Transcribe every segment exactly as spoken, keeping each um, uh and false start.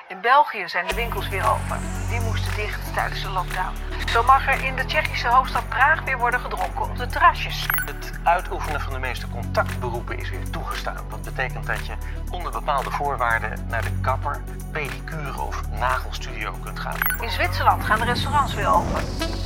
In België zijn de winkels weer open. Die moesten dicht tijdens de lockdown. Zo mag er in de Tsjechische hoofdstad Praag weer worden gedronken op de terrasjes. Het uitoefenen van de meeste contactberoepen is weer toegestaan. Dat betekent dat je onder bepaalde voorwaarden naar de kapper, pedicure of nagelstudio kunt gaan. In Zwitserland gaan de restaurants weer open.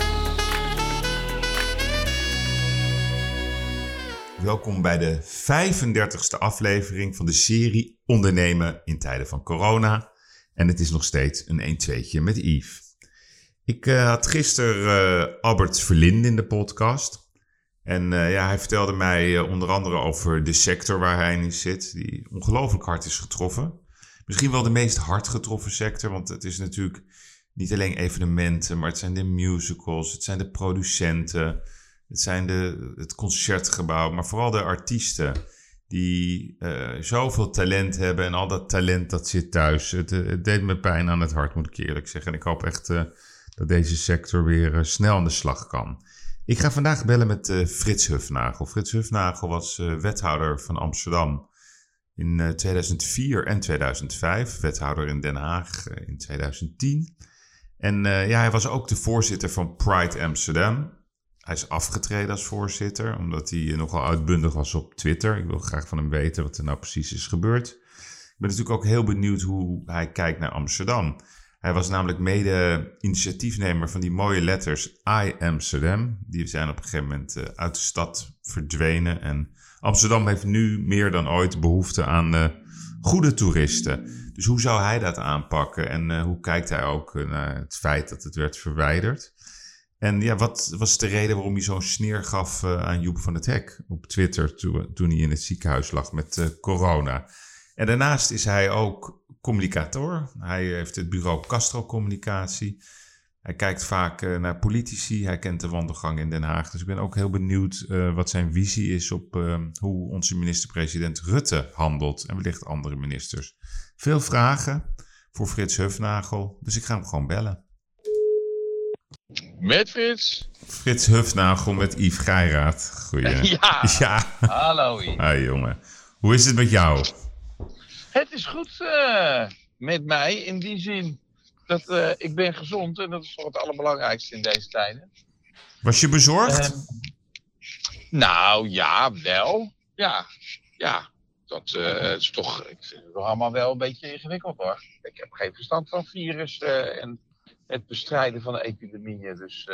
Welkom bij de vijfendertigste aflevering van de serie Ondernemen in tijden van corona. En het is nog steeds een een-tweetje met Yves. Ik uh, had gisteren uh, Albert Verlinde in de podcast. En uh, ja, hij vertelde mij uh, onder andere over de sector waar hij in zit, die ongelooflijk hard is getroffen. Misschien wel de meest hard getroffen sector, want het is natuurlijk niet alleen evenementen, maar het zijn de musicals, het zijn de producenten, het zijn de, het concertgebouw, maar vooral de artiesten die uh, zoveel talent hebben en al dat talent dat zit thuis. Het, het deed me pijn aan het hart, moet ik eerlijk zeggen. En ik hoop echt uh, dat deze sector weer uh, snel aan de slag kan. Ik ga vandaag bellen met uh, Frits Hufnagel. Frits Hufnagel was uh, wethouder van Amsterdam in uh, tweeduizend vier en tweeduizend vijf. Wethouder in Den Haag uh, in tweeduizend tien. En uh, ja, hij was ook de voorzitter van Pride Amsterdam. Hij is afgetreden als voorzitter, omdat hij nogal uitbundig was op Twitter. Ik wil graag van hem weten wat er nou precies is gebeurd. Ik ben natuurlijk ook heel benieuwd hoe hij kijkt naar Amsterdam. Hij was namelijk mede initiatiefnemer van die mooie letters I Amsterdam. Die zijn op een gegeven moment uh, uit de stad verdwenen. En Amsterdam heeft nu meer dan ooit behoefte aan uh, goede toeristen. Dus hoe zou hij dat aanpakken? En uh, hoe kijkt hij ook uh, naar het feit dat het werd verwijderd? En ja, wat was de reden waarom hij zo'n sneer gaf uh, aan Joep van het Hek op Twitter toen, toen hij in het ziekenhuis lag met uh, corona? En daarnaast is hij ook communicator. Hij heeft het bureau Castro Communicatie. Hij kijkt vaak uh, naar politici. Hij kent de wandelgang in Den Haag. Dus ik ben ook heel benieuwd uh, wat zijn visie is op uh, hoe onze minister-president Rutte handelt. En wellicht andere ministers. Veel vragen voor Frits Hufnagel. Dus ik ga hem gewoon bellen. Met Frits. Frits Hufnagel met Yves Geiraat. Goeie. Ja. Ja. Hallo Yves. Hi jongen. Hoe is het met jou? Het is goed uh, met mij in die zin dat uh, ik ben gezond en dat is toch het allerbelangrijkste in deze tijden. Was je bezorgd? Uh, nou ja, wel. Ja, ja. Dat uh, is toch, ik vind het allemaal wel een beetje ingewikkeld hoor. Ik heb geen verstand van virus uh, en het bestrijden van de epidemieën. Dus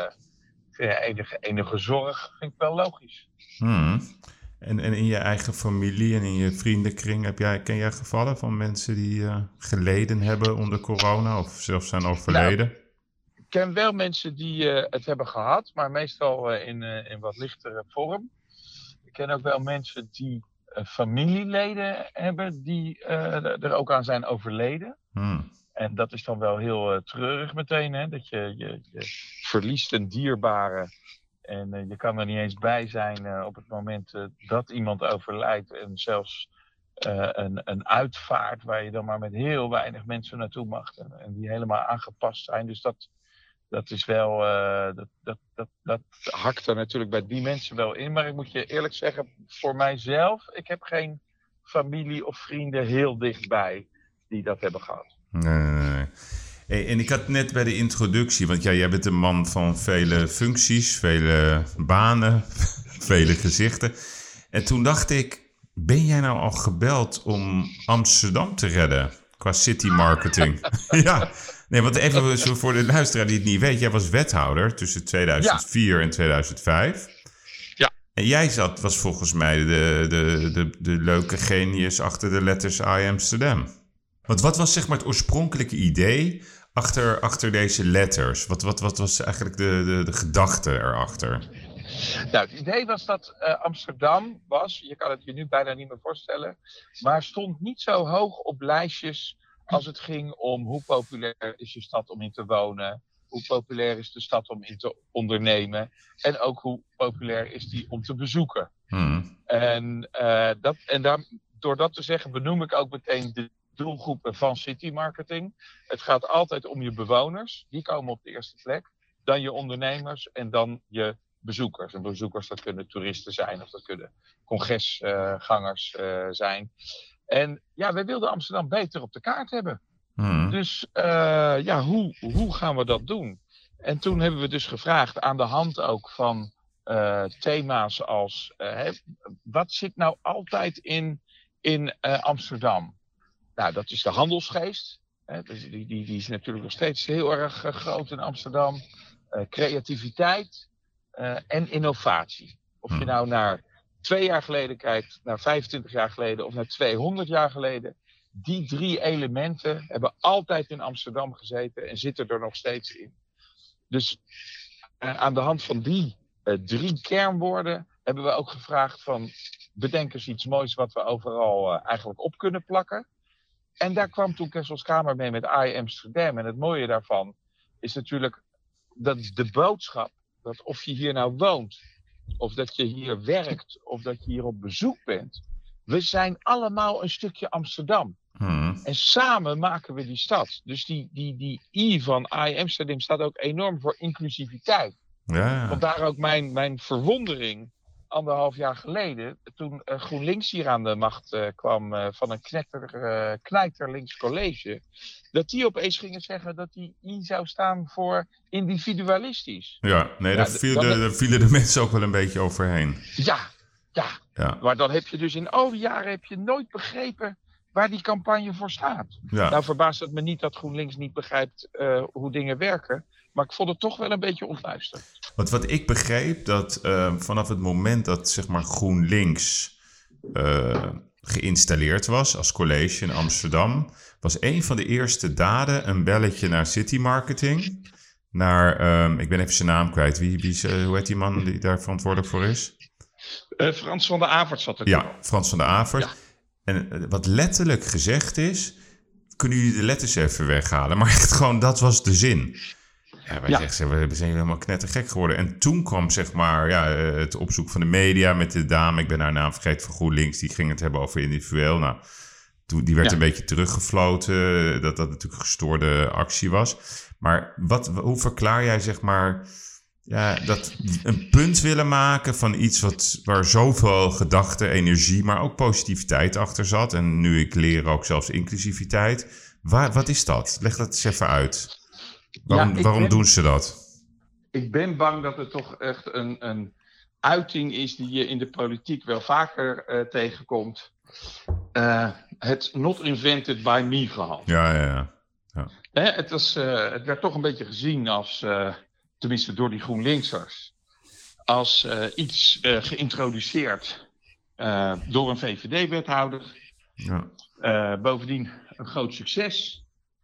uh, enige, enige zorg vind ik wel logisch. Hmm. En, en in je eigen familie en in je vriendenkring, heb jij, ken jij gevallen van mensen die uh, geleden hebben onder corona of zelfs zijn overleden? Nou, ik ken wel mensen die uh, het hebben gehad, maar meestal uh, in, uh, in wat lichtere vorm. Ik ken ook wel mensen die uh, familieleden hebben die uh, er ook aan zijn overleden. Hmm. En dat is dan wel heel uh, treurig meteen, hè? Dat je, je, je verliest een dierbare en uh, je kan er niet eens bij zijn uh, op het moment uh, dat iemand overlijdt. En zelfs uh, een, een uitvaart waar je dan maar met heel weinig mensen naartoe mag en, en die helemaal aangepast zijn. Dus dat, dat is wel, uh, dat, dat, dat, dat hakt er natuurlijk bij die mensen wel in. Maar ik moet je eerlijk zeggen, voor mijzelf, ik heb geen familie of vrienden heel dichtbij die dat hebben gehad. Nee, nee, nee. Hey, en ik had net bij de introductie, want ja, jij bent een man van vele functies, vele banen, vele gezichten. En toen dacht ik, ben jij nou al gebeld om Amsterdam te redden qua city marketing? Ja, nee, want even zo voor de luisteraar die het niet weet, jij was wethouder tussen tweeduizend vier ja. en tweeduizend vijf. Ja. En jij zat, was volgens mij de, de, de, de leuke genius achter de letters I Amsterdam. Want wat was zeg maar het oorspronkelijke idee achter, achter deze letters? Wat, wat, wat was eigenlijk de, de, de gedachte erachter? Nou, het idee was dat uh, Amsterdam was, je kan het je nu bijna niet meer voorstellen, maar stond niet zo hoog op lijstjes als het ging om hoe populair is je stad om in te wonen, hoe populair is de stad om in te ondernemen en ook hoe populair is die om te bezoeken. Hmm. En, uh, dat, en daar, door dat te zeggen benoem ik ook meteen de doelgroepen van city marketing. Het gaat altijd om je bewoners, die komen op de eerste plek, dan je ondernemers en dan je bezoekers. En bezoekers, dat kunnen toeristen zijn of dat kunnen congresgangers uh, uh, zijn. En ja, wij wilden Amsterdam beter op de kaart hebben. Hmm. Dus uh, ja, hoe, hoe gaan we dat doen? En toen hebben we dus gevraagd aan de hand ook van uh, thema's als... Uh, hè, wat zit nou altijd in, in uh, Amsterdam? Nou, dat is de handelsgeest. Hè, die, die, die is natuurlijk nog steeds heel erg uh, groot in Amsterdam. Uh, creativiteit uh, en innovatie. Of je nou naar twee jaar geleden kijkt, naar vijfentwintig jaar geleden of naar tweehonderd jaar geleden. Die drie elementen hebben altijd in Amsterdam gezeten en zitten er nog steeds in. Dus uh, aan de hand van die uh, drie kernwoorden hebben we ook gevraagd van bedenk eens iets moois wat we overal uh, eigenlijk op kunnen plakken. En daar kwam toen Kessels Kamer mee met I Amsterdam. En het mooie daarvan is natuurlijk dat de boodschap, dat of je hier nou woont, of dat je hier werkt, of dat je hier op bezoek bent. We zijn allemaal een stukje Amsterdam. Hmm. En samen maken we die stad. Dus die, die, die I van I Amsterdam staat ook enorm voor inclusiviteit. Ja. Vandaar ook mijn, mijn verwondering anderhalf jaar geleden, toen uh, GroenLinks hier aan de macht uh, kwam uh, van een knetter, uh, knijterlinks college, dat die opeens gingen zeggen dat die I zou staan voor individualistisch. Ja, nee, ja, daar, viel de, daar vielen de mensen ook wel een beetje overheen. Ja, ja, ja. Maar dan heb je dus in al die jaren heb je nooit begrepen waar die campagne voor staat. Ja. Nou verbaast het me niet dat GroenLinks niet begrijpt uh, hoe dingen werken. Maar ik vond het toch wel een beetje onluister. Want wat ik begreep, dat uh, vanaf het moment dat zeg maar GroenLinks uh, geïnstalleerd was als college in Amsterdam, was een van de eerste daden een belletje naar City Marketing. Naar, um, ik ben even zijn naam kwijt. Wie, wie, uh, hoe heet die man die daar verantwoordelijk voor is? Uh, Frans van der Avert zat er. Ja, Frans van der Avert. Ja. En uh, wat letterlijk gezegd is, kunnen jullie de letters even weghalen? Maar echt gewoon, dat was de zin. Ja, wij ja. zeggen, we zijn helemaal knettergek geworden. En toen kwam zeg maar ja, het opzoek van de media met de dame, ik ben haar naam vergeten, van GroenLinks, die ging het hebben over individueel. Nou, toen, die werd ja. een beetje teruggefloten, dat dat natuurlijk een gestoorde actie was. Maar wat, hoe verklaar jij zeg maar ja, dat een punt willen maken van iets wat, waar zoveel gedachte, energie, maar ook positiviteit achter zat. En nu ik leer ook zelfs inclusiviteit. Waar, wat is dat? Leg dat eens even uit. Waarom, ja, waarom ben, doen ze dat? Ik ben bang dat het toch echt een, een uiting is die je in de politiek wel vaker uh, tegenkomt. Uh, het not invented by me gehaald. Ja, ja, ja. ja. Hè, het, was, uh, het werd toch een beetje gezien als, uh, tenminste door die GroenLinksers, als uh, iets uh, geïntroduceerd uh, door een V V D-wethouder. Ja. Uh, bovendien een groot succes.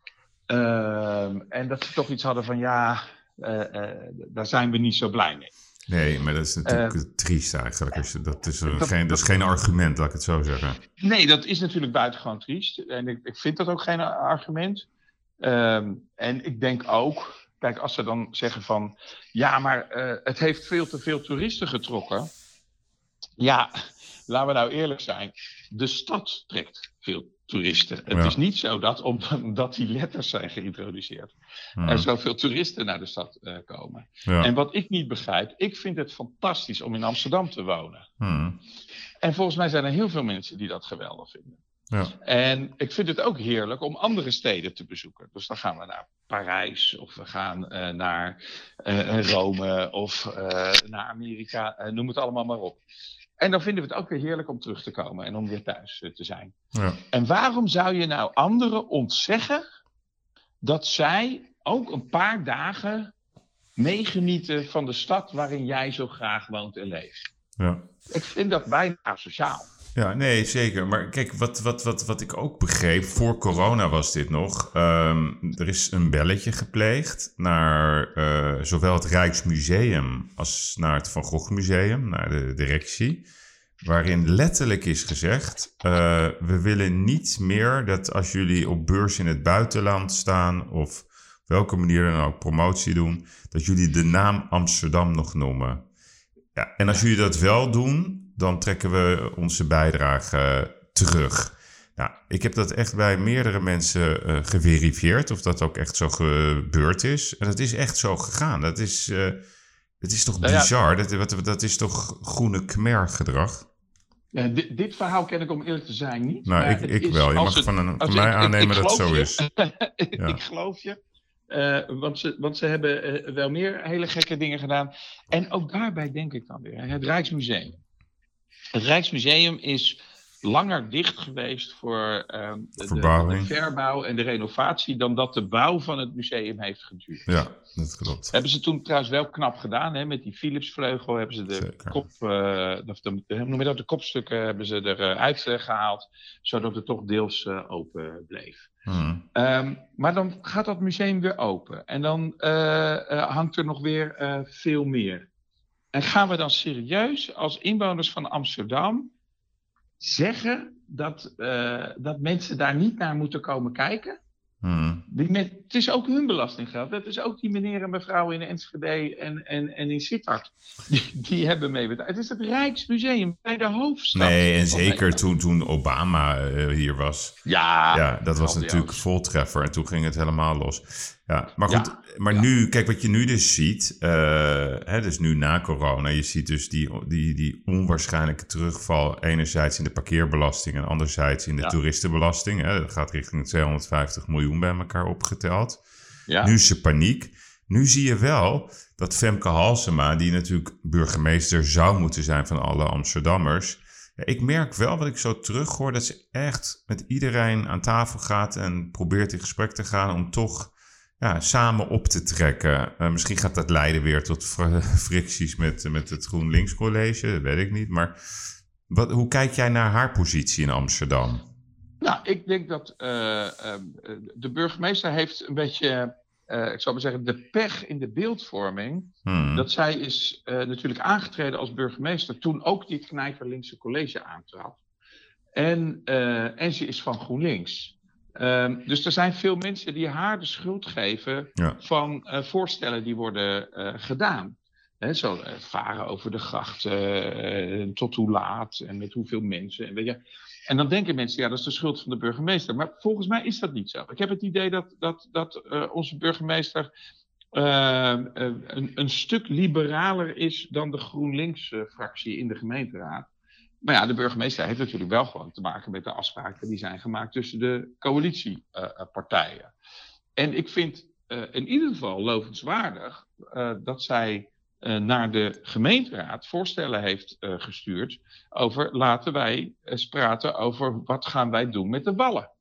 Uh, en dat ze toch iets hadden van ja, uh, uh, daar zijn we niet zo blij mee. Nee, maar dat is natuurlijk uh, triest eigenlijk. Als je, dat, is dat, geen, dat is geen argument, laat ik het zo zeggen. Nee, dat is natuurlijk buitengewoon triest. En ik, ik vind dat ook geen argument. Um, en ik denk ook, kijk, als ze dan zeggen van ja, maar uh, het heeft veel te veel toeristen getrokken. Ja, laten we nou eerlijk zijn. De stad trekt veel toeristen. Het ja. is niet zo dat omdat die letters zijn geïntroduceerd hmm. er zoveel toeristen naar de stad uh, komen. Ja. En wat ik niet begrijp, ik vind het fantastisch om in Amsterdam te wonen. Hmm. En volgens mij zijn er heel veel mensen die dat geweldig vinden. Ja. En ik vind het ook heerlijk om andere steden te bezoeken. Dus dan gaan we naar Parijs of we gaan uh, naar uh, Rome of uh, naar Amerika, uh, noem het allemaal maar op. En dan vinden we het ook weer heerlijk om terug te komen en om weer thuis uh, te zijn. Ja. En waarom zou je nou anderen ontzeggen dat zij ook een paar dagen meegenieten van de stad waarin jij zo graag woont en leeft? Ja. Ik vind dat bijna asociaal. Ja, nee, zeker. Maar kijk, wat, wat, wat, wat ik ook begreep, voor corona was dit nog. Um, er is een belletje gepleegd naar uh, zowel het Rijksmuseum als naar het Van Gogh Museum, naar de directie. Waarin letterlijk is gezegd, uh, we willen niet meer dat als jullie op beurs in het buitenland staan of op welke manier dan ook promotie doen, dat jullie de naam Amsterdam nog noemen. Ja, en als jullie dat wel doen, dan trekken we onze bijdrage terug. Nou, ik heb dat echt bij meerdere mensen uh, geverifieerd, of dat ook echt zo gebeurd is. En dat is echt zo gegaan. Dat is, uh, dat is toch bizar? Nou ja. dat, dat, dat is toch groene Khmer gedrag? Ja, dit, dit verhaal ken ik om eerlijk te zijn niet. Nou, maar ik, het ik is, wel. Je als mag het, van, een, als van mij ik- ik- aannemen ik dat het zo geloof is. je. Ja. Ik geloof je. Uh, want, ze, want ze hebben uh, wel meer hele gekke dingen gedaan. En ook daarbij denk ik dan weer. Het Rijksmuseum. Het Rijksmuseum is langer dicht geweest voor uh, de, de, de verbouw en de renovatie dan dat de bouw van het museum heeft geduurd. Ja, dat klopt. Hebben ze toen trouwens wel knap gedaan, hè? Met die Philipsvleugel hebben ze de Zeker. kop, uh, of de, de, noem je dat, de kopstukken hebben ze eruit uh, gehaald, zodat het toch deels uh, open bleef. Hmm. Um, maar dan gaat dat museum weer open en dan uh, uh, hangt er nog weer uh, veel meer. En gaan we dan serieus als inwoners van Amsterdam zeggen dat, uh, dat mensen daar niet naar moeten komen kijken? Hmm. Die met, het is ook hun belastinggeld. Dat is ook die meneer en mevrouw in Enschede en, en, en in Sittard. Die, die hebben mee betaald. Het is het Rijksmuseum bij de hoofdstad. Nee, en zeker toen, toen Obama uh, hier was. Ja, ja dat was natuurlijk voltreffer. En toen ging het helemaal los. Ja, maar goed, ja, maar ja. nu, kijk wat je nu dus ziet. Uh, hè, dus nu na corona. Je ziet dus die, die, die onwaarschijnlijke terugval. Enerzijds in de parkeerbelasting en anderzijds in de ja. toeristenbelasting. Hè, dat gaat richting tweehonderdvijftig miljoen bij elkaar opgeteld. Ja. Nu is er paniek. Nu zie je wel dat Femke Halsema, die natuurlijk burgemeester zou moeten zijn van alle Amsterdammers. Ja, ik merk wel, wat ik zo terughoor, dat ze echt met iedereen aan tafel gaat en probeert in gesprek te gaan om toch ja, samen op te trekken. Uh, misschien gaat dat leiden weer tot fr- fricties met, met het GroenLinks College, dat weet ik niet. Maar wat, hoe kijk jij naar haar positie in Amsterdam? Nou, ik denk dat uh, uh, de burgemeester heeft een beetje, uh, ik zou maar zeggen, de pech in de beeldvorming. Hmm. Dat zij is uh, natuurlijk aangetreden als burgemeester toen ook dit knijterlinkse college aantrad. En, uh, en ze is van GroenLinks. Um, dus er zijn veel mensen die haar de schuld geven ja. van uh, voorstellen die worden uh, gedaan. He, zo uh, varen over de grachten, uh, tot hoe laat en met hoeveel mensen. En, weet je. En dan denken mensen, ja, dat is de schuld van de burgemeester. Maar volgens mij is dat niet zo. Ik heb het idee dat, dat, dat uh, onze burgemeester uh, uh, een, een stuk liberaler is dan de GroenLinks-fractie in de gemeenteraad. Maar ja, de burgemeester heeft natuurlijk wel gewoon te maken met de afspraken die zijn gemaakt tussen de coalitiepartijen. Uh, en ik vind uh, in ieder geval lovenswaardig uh, dat zij uh, naar de gemeenteraad voorstellen heeft uh, gestuurd over laten wij eens praten over wat gaan wij doen met de wallen.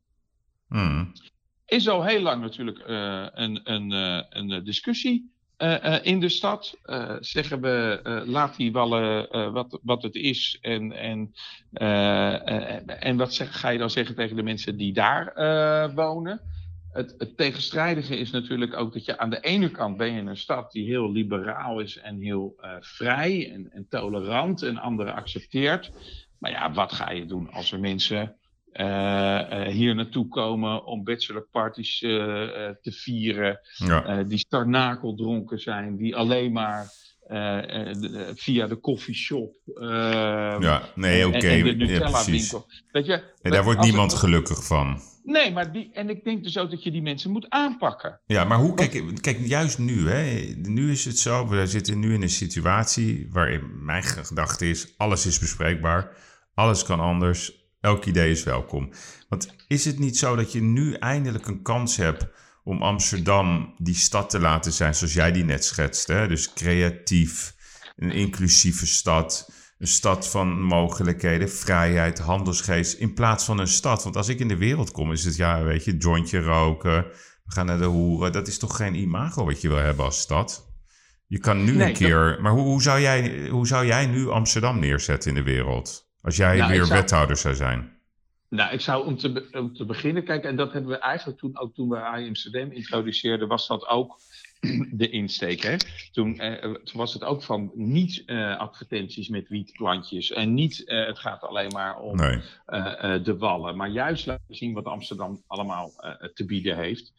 Hmm. Is al heel lang natuurlijk uh, een, een, uh, een discussie. Uh, uh, in de stad uh, zeggen we, uh, laat die wallen uh, wat, wat het is. En, en, uh, uh, en wat zeg, ga je dan zeggen tegen de mensen die daar uh, wonen? Het, het tegenstrijdige is natuurlijk ook dat je aan de ene kant ben je in een stad die heel liberaal is en heel uh, vrij en, en tolerant en anderen accepteert. Maar ja, wat ga je doen als er mensen Uh, uh, hier naartoe komen om bachelorparties uh, uh, te vieren, ja. uh, die starnakeldronken zijn, die alleen maar uh, uh, via de koffieshop uh, ja, nee, oké, okay. en, en de Nutella-winkel. Ja, Weet je, en daar wordt niemand het... gelukkig van. Nee, maar die, en ik denk dus ook dat je die mensen moet aanpakken. Ja, maar hoe, kijk, kijk juist nu, hè, nu is het zo, we zitten nu in een situatie waarin mijn gedachte is, alles is bespreekbaar, alles kan anders. Elk idee is welkom. Want is het niet zo dat je nu eindelijk een kans hebt om Amsterdam die stad te laten zijn zoals jij die net schetste? Hè? Dus creatief, een inclusieve stad, een stad van mogelijkheden, vrijheid, handelsgeest, in plaats van een stad. Want als ik in de wereld kom, is het ja, weet je, jointje roken, we gaan naar de hoeren. Dat is toch geen imago wat je wil hebben als stad? Je kan nu nee, een keer... Dat... Maar hoe, hoe, zou jij, hoe zou jij nu Amsterdam neerzetten in de wereld? Als jij nou, weer zou, wethouder zou zijn. Nou, ik zou om te, om te beginnen kijken, en dat hebben we eigenlijk toen ook toen we Amsterdam introduceerden, was dat ook de insteek. Hè? Toen, eh, toen was het ook van niet uh, advertenties met wietplantjes en niet uh, het gaat alleen maar om nee. uh, uh, de wallen, maar juist laten zien wat Amsterdam allemaal uh, te bieden heeft.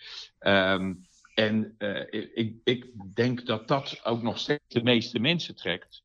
Um, en uh, ik, ik denk dat dat ook nog steeds de meeste mensen trekt.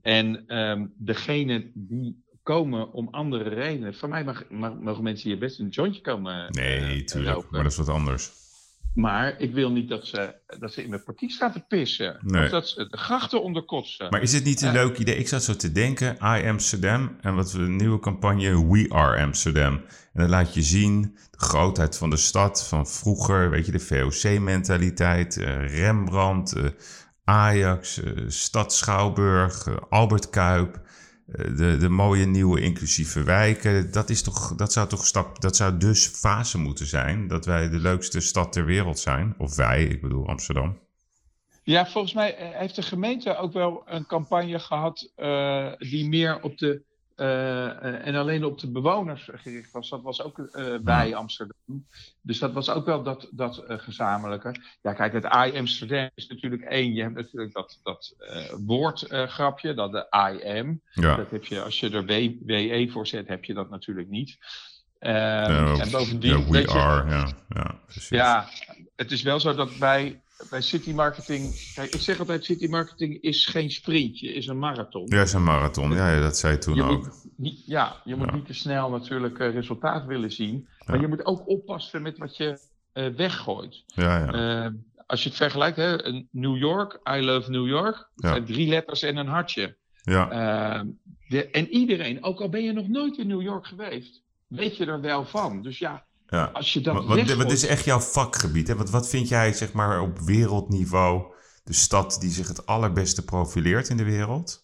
En um, degene die komen om andere redenen. Van mij mag, mag, mogen mensen hier best een jointje komen Nee, uh, tuurlijk, roken. Maar dat is wat anders. Maar ik wil niet dat ze, dat ze in mijn partie staan te pissen. Nee. Of dat ze de grachten onderkotsen. Maar is het niet een Uh, leuk idee? Ik zat zo te denken, I Amsterdam en wat we een nieuwe campagne We Are Amsterdam. En dan laat je zien de grootheid van de stad van vroeger, weet je, de V O C-mentaliteit, uh, Rembrandt, uh, Ajax, uh, Stad Schouwburg, uh, Albert Kuip, uh, de, de mooie nieuwe inclusieve wijken. Dat is toch, dat zou toch stap, dat zou dus fase moeten zijn, dat wij de leukste stad ter wereld zijn. Of wij, ik bedoel Amsterdam. Ja, volgens mij heeft de gemeente ook wel een campagne gehad uh, die meer op de uh, uh, en alleen op de bewoners gericht was. Dat was ook uh, bij Amsterdam. Dus dat was ook wel dat, dat uh, gezamenlijke. Ja, kijk, het I Amsterdam is natuurlijk één. Je hebt natuurlijk dat, dat uh, woordgrapje, uh, dat de I am. Ja. Dat heb je, als je er W E voor zet, heb je dat natuurlijk niet. Uh, Uh, en bovendien, ja, we weet je, are, ja. Ja, precies. ja, het is wel zo dat bij, bij city marketing... Kijk, ik zeg altijd, city marketing is geen sprintje, is een marathon. Ja, is een marathon. Ja, ja, dat zei je toen je ook. Moet niet, ja, je moet Ja. niet te snel natuurlijk uh, resultaat willen zien. Maar Ja. je moet ook oppassen met wat je uh, weggooit. Ja, ja. Uh, als je het vergelijkt, hè, een New York, I love New York. Dat Ja. zijn drie letters en een hartje. ja. Uh, de, en iedereen, ook al ben je nog nooit in New York geweest, weet je er wel van. Dus ja, ja. als je dat Wat, wat, weggooit... wat is echt jouw vakgebied? Hè? Wat, wat vind jij, zeg maar, op wereldniveau de stad die zich het allerbeste profileert in de wereld?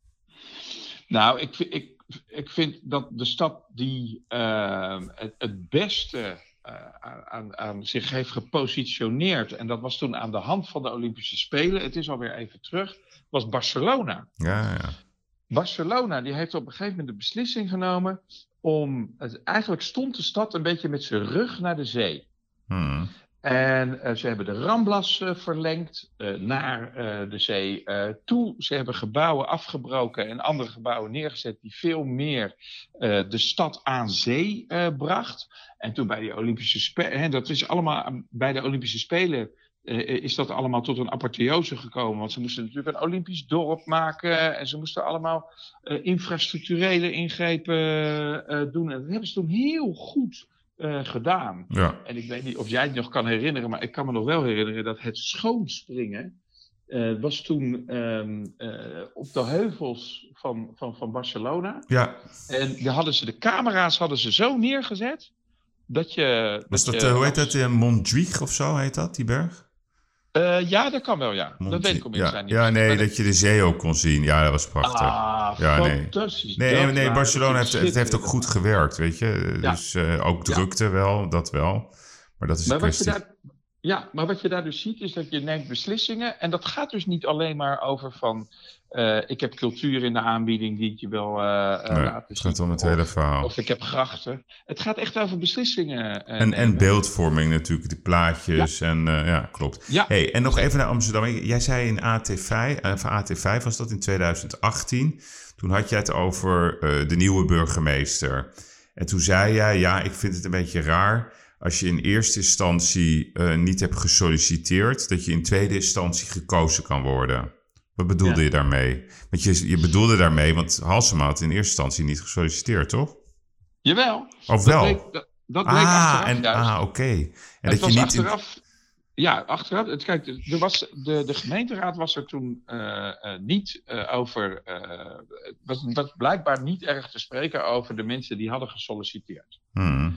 Nou, ik, ik, ik vind dat de stad die uh, het, het beste uh, aan, aan zich heeft gepositioneerd, en dat was toen aan de hand van de Olympische Spelen, het is alweer even terug, was Barcelona. Ja, ja. Barcelona die heeft op een gegeven moment de beslissing genomen om, het, eigenlijk stond de stad een beetje met zijn rug naar de zee. Hmm. En uh, ze hebben de Ramblas uh, verlengd uh, naar uh, de zee uh, toe. Ze hebben gebouwen afgebroken en andere gebouwen neergezet die veel meer uh, de stad aan zee uh, bracht. En toen bij de Olympische Spelen, dat is allemaal bij de Olympische Spelen uh, is dat allemaal tot een apotheose gekomen. Want ze moesten natuurlijk een Olympisch dorp maken en ze moesten allemaal uh, infrastructurele ingrepen uh, doen. En dat hebben ze toen heel goed Uh, gedaan. Ja. En ik weet niet of jij het nog kan herinneren, maar ik kan me nog wel herinneren dat het schoonspringen uh, was toen um, uh, op de heuvels van, van, van Barcelona. Ja. En daar hadden ze de camera's hadden ze zo neergezet dat je... Was dat, dat uh, je, hoe heet dat, uh, Montjuïc of zo heet dat, die berg? Uh, ja, dat kan wel, ja. Mont- dat weet ik om in ja. zijn. Ja, nee, maar dat je de zee ook kon zien. Ja, dat was prachtig. Ah, Ja, nee. fantastisch. Nee, Dat nee, nee waren Barcelona heeft, het heeft ook goed schitterende- gewerkt, weet je. Ja. Dus uh, ook drukte wel, dat wel. Maar dat is Maar een wat je kwestie. daar, ja, maar wat je daar dus ziet is dat je neemt beslissingen. En dat gaat dus niet alleen maar over van... Uh, ik heb cultuur in de aanbieding die ik je wil uh, uh, Nee, laten het zien. gaat om het of, hele verhaal. of ik heb grachten. Het gaat echt over beslissingen. Uh, En, en nemen. beeldvorming natuurlijk, de plaatjes. Ja, en, uh, ja klopt. Ja. Hey, en nog even naar Amsterdam. Jij zei in A T vijf, uh, van A T vijf was dat in twintig achttien. Toen had jij het over uh, de nieuwe burgemeester. En toen zei jij, ja, ik vind het een beetje raar... als je in eerste instantie uh, niet hebt gesolliciteerd... dat je in tweede instantie gekozen kan worden. Wat bedoelde Ja. je daarmee? Want je, je bedoelde daarmee, want Halsema had in eerste instantie niet gesolliciteerd, toch? Jawel. Of Dat wel? bleek, dat, dat bleek ah, achteraf en, juist. ah, oké. En het dat was je niet in- achteraf... Ja, achteraf. Het, kijk, er was, de, de gemeenteraad was er toen uh, uh, niet uh, over... Uh, het was, was blijkbaar niet erg te spreken over de mensen die hadden gesolliciteerd. Hmm.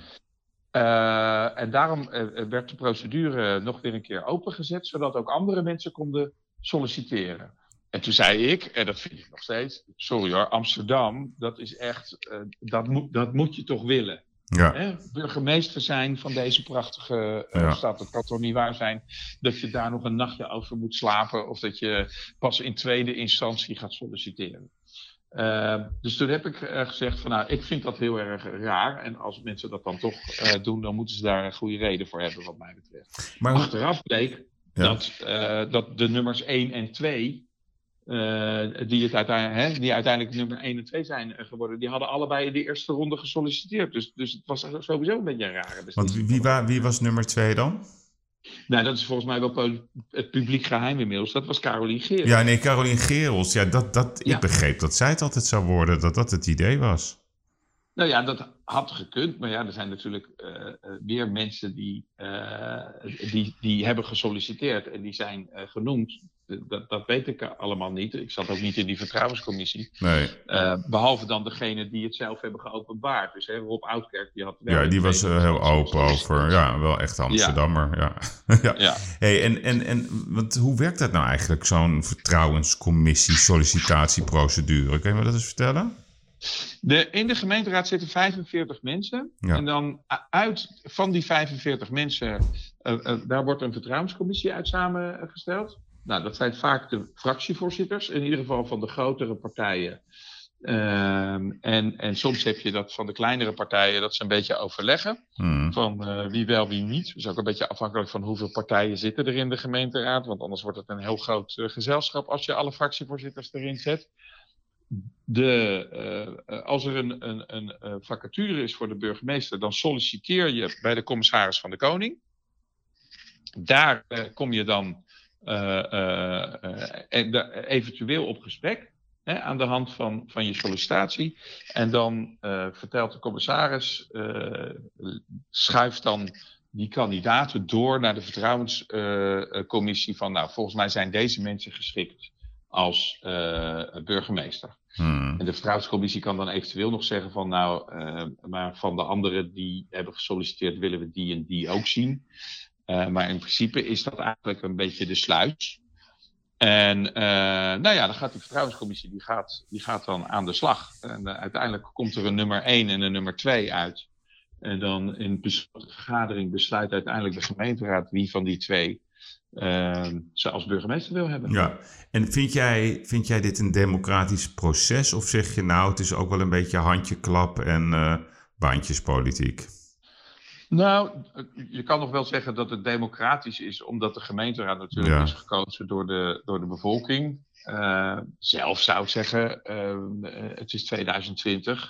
Uh, en daarom uh, werd de procedure nog weer een keer opengezet, zodat ook andere mensen konden solliciteren. En toen zei ik, en dat vind ik nog steeds, sorry hoor, Amsterdam, dat is echt, uh, dat, moet, dat moet je toch willen. Ja. Hè? Burgemeester zijn van deze prachtige uh, Ja. stad. Het kan toch niet waar zijn dat je daar nog een nachtje over moet slapen of dat je pas in tweede instantie gaat solliciteren. Uh, dus toen heb ik uh, gezegd van nou, ik vind dat heel erg raar. En als mensen dat dan toch uh, doen, dan moeten ze daar een goede reden voor hebben wat mij betreft. Maar Achteraf bleek Ja. dat, uh, dat de nummers één en twee, uh, die, het uiteindelijk, hè, die uiteindelijk nummer één en twee zijn geworden, die hadden allebei in de eerste ronde gesolliciteerd. Dus, dus het was sowieso een beetje een rare Want beslissing. wie, wie, wa- wie was nummer twee dan? Nou, dat is volgens mij wel po- het publiek geheim inmiddels. Dat was Carolien Geer. Ja, nee, Carolien Gerels. Ja, dat, dat, Ja. ik begreep dat zij het altijd zou worden, dat dat het idee was. Nou ja, dat, had gekund, maar ja, er zijn natuurlijk uh, uh, meer mensen die, uh, die, die hebben gesolliciteerd en die zijn uh, genoemd. Dat, dat weet ik allemaal niet. Ik zat ook niet in die vertrouwenscommissie. Nee. Uh, behalve dan degene die het zelf hebben geopenbaard. Dus hè, Rob Oudkerk, die had... Ja, die was uh, heel open over... Ja, wel echt Amsterdammer. Ja. Ja. ja. ja. Hey, en, en, en want hoe werkt dat nou eigenlijk, zo'n vertrouwenscommissie, sollicitatieprocedure? Kun je me dat eens vertellen? De, in de gemeenteraad zitten vijfenveertig mensen. Ja. En dan uit van die vijfenveertig mensen... Uh, uh, daar wordt een vertrouwenscommissie uit samengesteld. Nou, dat zijn vaak de fractievoorzitters, in ieder geval van de grotere partijen. Um, en, en soms heb je dat van de kleinere partijen, dat ze een beetje overleggen. Hmm. Van uh, wie wel, wie niet. Dat is ook een beetje afhankelijk van hoeveel partijen zitten er in de gemeenteraad. Want anders wordt het een heel groot uh, gezelschap als je alle fractievoorzitters erin zet. De, uh, als er een, een, een, een vacature is voor de burgemeester, dan solliciteer je bij de commissaris van de Koning. Daar uh, kom je dan... Uh, uh, uh, eventueel op gesprek, hè, aan de hand van, van je sollicitatie. En dan uh, vertelt de commissaris, uh, schuift dan die kandidaten door naar de vertrouwenscommissie uh, van, nou, volgens mij zijn deze mensen geschikt als uh, burgemeester. Hmm. En de vertrouwenscommissie kan dan eventueel nog zeggen van, nou, uh, maar van de anderen die hebben gesolliciteerd willen we die en die ook zien. Uh, maar in principe is dat eigenlijk een beetje de sluis. En uh, nou ja, dan gaat die vertrouwenscommissie die gaat, die gaat dan aan de slag. En uh, uiteindelijk komt er een nummer één en een nummer twee uit. En dan in de vergadering besluit uiteindelijk de gemeenteraad wie van die twee uh, ze als burgemeester wil hebben. Ja, en vind jij, vind jij dit een democratisch proces? Of zeg je nou, het is ook wel een beetje handjeklap en uh, baantjespolitiek? Nou, je kan nog wel zeggen dat het democratisch is, omdat de gemeenteraad natuurlijk ja. is gekozen door de, door de bevolking. Uh, zelf zou ik zeggen, uh, het is tweeduizend twintig.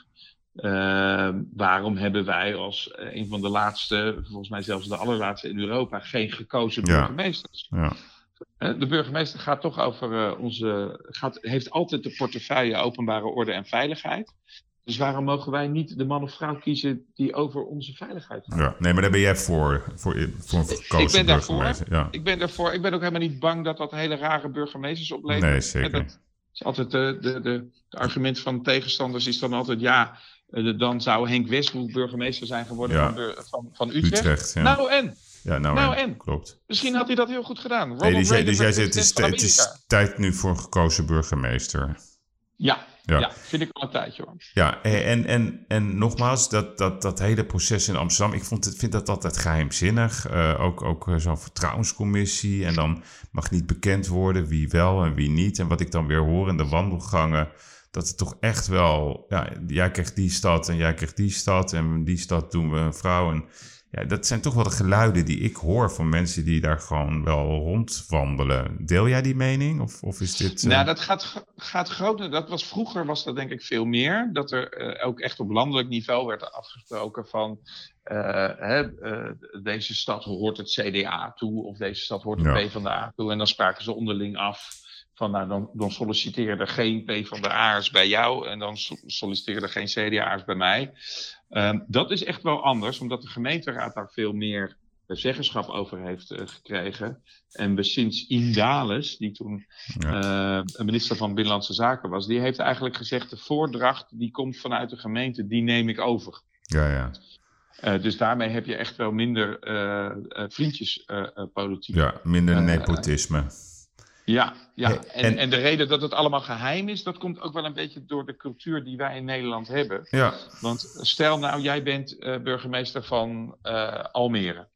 Uh, waarom hebben wij als een van de laatste, volgens mij zelfs de allerlaatste in Europa, geen gekozen burgemeesters? Ja. Ja. De burgemeester gaat toch over uh, onze, gaat, heeft altijd de portefeuille openbare orde en veiligheid. Dus waarom mogen wij niet de man of vrouw kiezen die over onze veiligheid gaat? Ja, nee, maar daar ben jij voor, voor, voor een gekozen ik ben burgemeester. Ja. Ik ben daarvoor. Ik ben ook helemaal niet bang dat dat hele rare burgemeesters oplevert. Nee, zeker. Dat is altijd de, de, de, de argument van tegenstanders is dan altijd, ja, de, dan zou Henk Westbroek burgemeester zijn geworden ja. van, van, van Utrecht. Utrecht ja. Nou en? Ja, nou, nou en. en. Klopt. Misschien had hij dat heel goed gedaan. Nee, dus jij, dus jij zegt, het is, het is tijd nu voor een gekozen burgemeester. Ja. Ja. ja, vind ik wel een tijdje hoor. Ja, en, en, en nogmaals, dat, dat, dat hele proces in Amsterdam, ik vond het, vind dat altijd geheimzinnig. Uh, ook ook zo'n vertrouwenscommissie en dan mag niet bekend worden wie wel en wie niet. En wat ik dan weer hoor in de wandelgangen, dat het toch echt wel, ja, jij krijgt die stad en jij krijgt die stad en die stad doen we een vrouw. En ja, dat zijn toch wel de geluiden die ik hoor van mensen die daar gewoon wel rondwandelen. Deel jij die mening? Of, of is dit... Uh... Nou, dat gaat, gaat groot. Dat was, vroeger was dat denk ik veel meer. Dat er uh, ook echt op landelijk niveau werd afgesproken van... Uh, hè, uh, deze stad hoort het C D A toe of deze stad hoort het ja. PvdA toe. En dan spraken ze onderling af van nou, dan, dan solliciteren er geen PvdA'ers bij jou en dan solliciteren er geen C D A'ers bij mij. Um, dat is echt wel anders, omdat de gemeenteraad daar veel meer zeggenschap over heeft uh, gekregen. En we sinds Indales, die toen ja. uh, minister van Binnenlandse Zaken was, die heeft eigenlijk gezegd, de voordracht die komt vanuit de gemeente, die neem ik over. Ja, ja. Uh, dus daarmee heb je echt wel minder uh, uh, vriendjespolitiek. Uh, ja, minder nepotisme. Uh, Ja, ja. Hey, en, en, en de reden dat het allemaal geheim is, dat komt ook wel een beetje door de cultuur die wij in Nederland hebben. Ja. Want stel nou, jij bent uh, burgemeester van uh, Almere.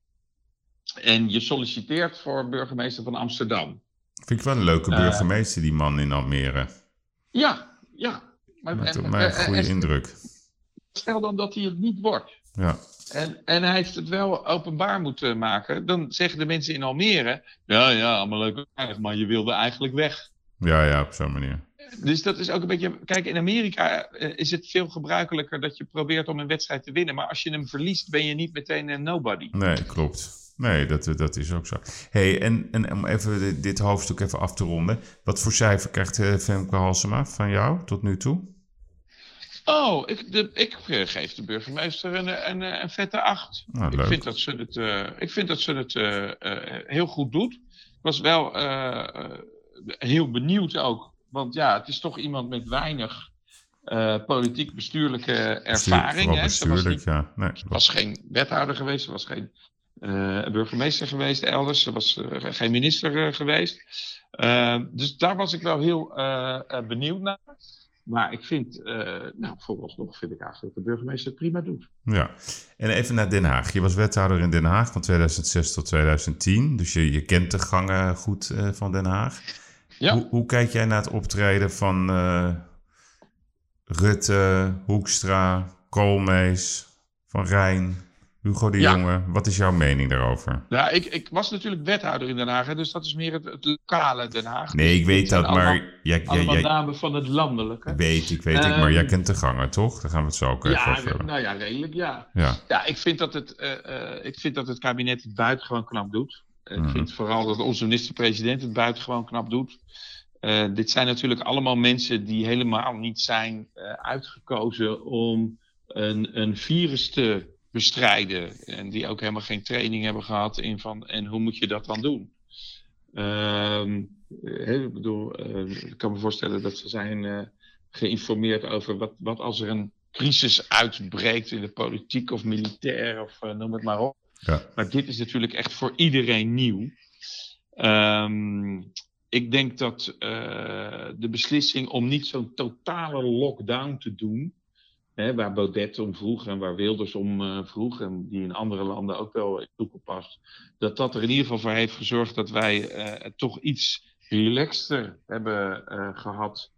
En je solliciteert voor burgemeester van Amsterdam. Vind ik wel een leuke burgemeester, uh, die man in Almere. Ja, ja. Maar, Met en, mij een goede en, indruk. Stel dan dat hij het niet wordt. Ja. En, en hij heeft het wel openbaar moeten maken. Dan zeggen de mensen in Almere... Ja, ja, allemaal leuk, maar je wilde eigenlijk weg. Ja, ja, op zo'n manier. Dus dat is ook een beetje... Kijk, in Amerika is het veel gebruikelijker dat je probeert om een wedstrijd te winnen. Maar als je hem verliest, ben je niet meteen een nobody. Nee, klopt. Nee, dat, dat is ook zo. Hey, en, en om even dit hoofdstuk even af te ronden. Wat voor cijfer krijgt Femke Halsema van jou tot nu toe? Oh, ik, de, ik uh, geef de burgemeester een, een, een vette acht. Nou, ik, leuk. vind dat ze het, uh, ik vind dat ze het uh, uh, heel goed doet. Ik was wel uh, uh, heel benieuwd ook. Want ja, het is toch iemand met weinig uh, politiek-bestuurlijke ervaring. Hè? Bestuurlijk, ze was, niet, ja. Nee, was geen wethouder geweest, ze was geen uh, burgemeester geweest elders. Ze was uh, geen minister uh, geweest. Uh, dus daar was ik wel heel uh, uh, benieuwd naar. Maar ik vind, uh, nou, vooralsnog vind ik eigenlijk dat de burgemeester het prima doet. Ja, en even naar Den Haag. Je was wethouder in Den Haag van tweeduizend zes tot tweeduizend tien. Dus je, je kent de gangen goed uh, van Den Haag. Ja. Hoe, hoe kijk jij naar het optreden van uh, Rutte, Hoekstra, Koolmees, Van Rijn, Hugo de ja. Jonge? Wat is jouw mening daarover? Ja, ik, ik was natuurlijk wethouder in Den Haag, hè, dus dat is meer het, het lokale Den Haag. Nee, ik weet dat, allemaal, maar... Jij, allemaal jij, namen van het landelijke. Weet ik, weet um, ik, maar jij kent de gangen, toch? Daar gaan we het zo ook ja, even over hebben. Nou ja, redelijk, ja. Ja, ja ik, vind dat het, uh, uh, ik vind dat het kabinet het buitengewoon knap doet. Uh, mm. Ik vind vooral dat onze minister-president het buitengewoon knap doet. Uh, dit zijn natuurlijk allemaal mensen die helemaal niet zijn uh, uitgekozen om een, een virus te bestrijden. En die ook helemaal geen training hebben gehad in van, en hoe moet je dat dan doen? Uh, he, ik bedoel, uh, ik kan me voorstellen dat ze zijn uh, geïnformeerd over wat, wat als er een crisis uitbreekt in de politiek of militair of uh, noem het maar op. Ja. Maar dit is natuurlijk echt voor iedereen nieuw. Um, ik denk dat uh, de beslissing om niet zo'n totale lockdown te doen, hè, waar Baudet om vroeg en waar Wilders om uh, vroeg en die in andere landen ook wel toegepast, dat dat er in ieder geval voor heeft gezorgd dat wij uh, toch iets relaxter hebben uh, gehad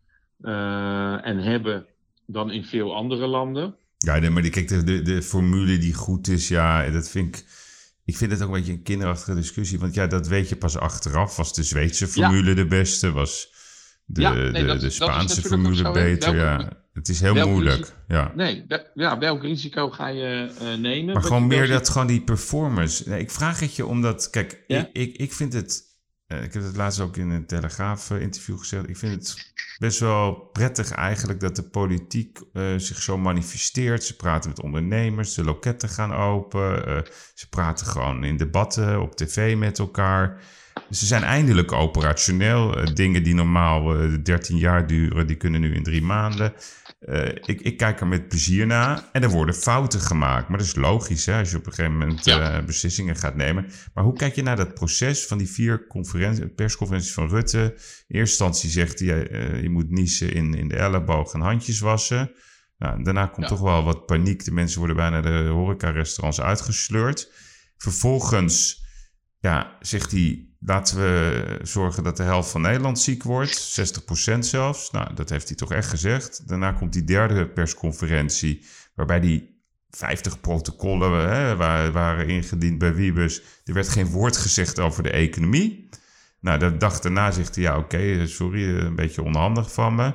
uh, en hebben dan in veel andere landen. Ja, nee, maar die, kijk, de, de, de formule die goed is, ja, dat vind ik... Ik vind het ook een beetje een kinderachtige discussie. Want ja, dat weet je pas achteraf. Was de Zweedse formule ja. de beste? Was de, ja, nee, de, dat, de Spaanse formule zo, beter? Welk, ja, het is heel moeilijk. Risico, ja. Nee, be, ja, welk risico ga je uh, nemen? Maar gewoon meer dat gewoon die performance. Nee, ik vraag het je omdat... Kijk, ja? ik, ik, ik vind het... Uh, ik heb het laatst ook in een Telegraaf-interview gezegd. Ik vind het best wel prettig eigenlijk dat de politiek uh, zich zo manifesteert. Ze praten met ondernemers, de loketten gaan open. Uh, ze praten gewoon in debatten op tv met elkaar. Ze zijn eindelijk operationeel. Uh, dingen die normaal uh, dertien jaar duren, die kunnen nu in drie maanden. Uh, ik, ik kijk er met plezier naar en er worden fouten gemaakt. Maar dat is logisch, hè, als je op een gegeven moment ja. uh, beslissingen gaat nemen. Maar hoe kijk je naar dat proces van die vier persconferenties van Rutte? In eerste instantie zegt hij, uh, je moet niezen in, in de elleboog en handjes wassen. Nou, daarna komt ja. toch wel wat paniek. De mensen worden bijna de horecarestaurants uitgesleurd. Vervolgens ja, zegt hij, laten we zorgen dat de helft van Nederland ziek wordt. zestig procent zelfs. Nou, dat heeft hij toch echt gezegd. Daarna komt die derde persconferentie, waarbij die vijftig protocollen hè, waren, waren ingediend bij Wiebes. Er werd geen woord gezegd over de economie. Nou, de dag daarna zegt hij, ja oké, okay, sorry, een beetje onhandig van me.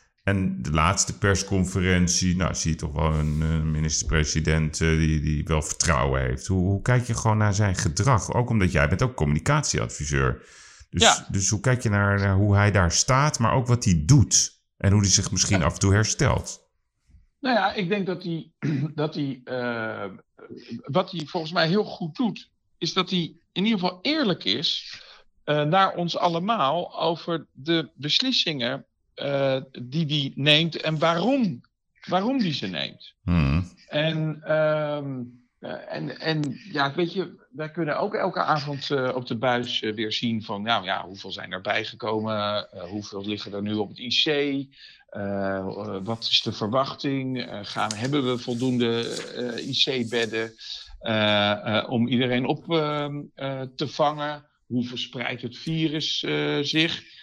En de laatste persconferentie, nou zie je toch wel een uh, minister-president uh, die, die wel vertrouwen heeft. Hoe, hoe kijk je gewoon naar zijn gedrag? Ook omdat jij bent ook communicatieadviseur. Dus, ja. dus hoe kijk je naar, naar hoe hij daar staat, maar ook wat hij doet? En hoe hij zich misschien ja. af en toe herstelt? Nou ja, ik denk dat hij, dat hij uh, wat hij volgens mij heel goed doet, is dat hij in ieder geval eerlijk is uh, naar ons allemaal over de beslissingen Uh, die die neemt en waarom, waarom die ze neemt. Hmm. En, um, uh, en, en ja, weet je, wij kunnen ook elke avond uh, op de buis uh, weer zien van, nou ja, hoeveel zijn er bijgekomen, uh, hoeveel liggen er nu op het I C, uh, uh, wat is de verwachting, uh, gaan, hebben we voldoende uh, I C-bedden uh, uh, om iedereen op uh, uh, te vangen, hoe verspreidt het virus uh, zich.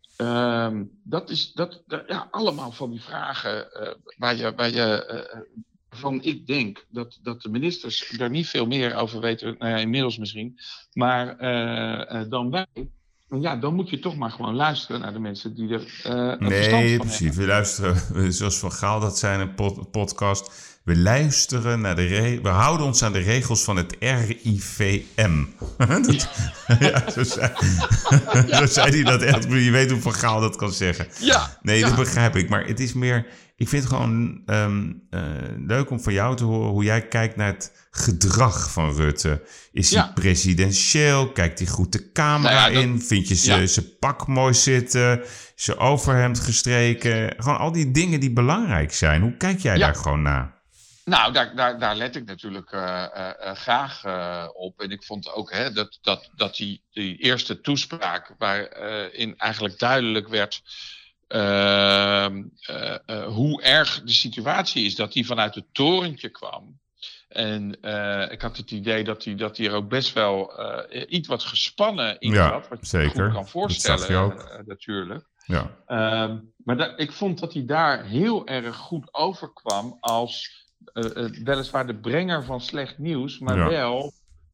Um, dat is dat, dat, ja, allemaal van die vragen uh, waar je, waar je uh, van ik denk dat, dat de ministers daar niet veel meer over weten, nou ja, inmiddels misschien, maar uh, uh, dan wij. En ja, dan moet je toch maar gewoon luisteren naar de mensen die er uh, nee, verstand van precies. hebben. We luisteren, zoals Van Gaal dat zijn, een pod- podcast. We luisteren naar de re- we houden ons aan de regels van het R I V M. dat, ja, zo, zei, ja. zo zei hij dat echt. Je weet hoe Van Gaal dat kan zeggen. Ja. Nee, ja. dat begrijp ik. Maar het is meer... Ik vind het gewoon um, uh, leuk om van jou te horen hoe jij kijkt naar het gedrag van Rutte. Is hij ja. presidentieel? Kijkt hij goed de camera nou ja, dat, in? Vind je zijn ja. pak mooi zitten? Zijn overhemd gestreken? Gewoon al die dingen die belangrijk zijn. Hoe kijk jij ja. daar gewoon naar? Nou, daar, daar, daar let ik natuurlijk uh, uh, uh, graag uh, op. En ik vond ook hè, dat, dat, dat die, die eerste toespraak waarin uh, eigenlijk duidelijk werd... Uh, uh, uh, hoe erg de situatie is, dat hij vanuit het torentje kwam. En uh, ik had het idee dat hij, dat hij er ook best wel uh, iets wat gespannen in ja, zat. Wat je zeker. goed kan voorstellen, dat zag je ook. Uh, natuurlijk. Ja. Uh, maar da- ik vond dat hij daar heel erg goed overkwam als uh, uh, weliswaar de brenger van slecht nieuws, maar ja. wel...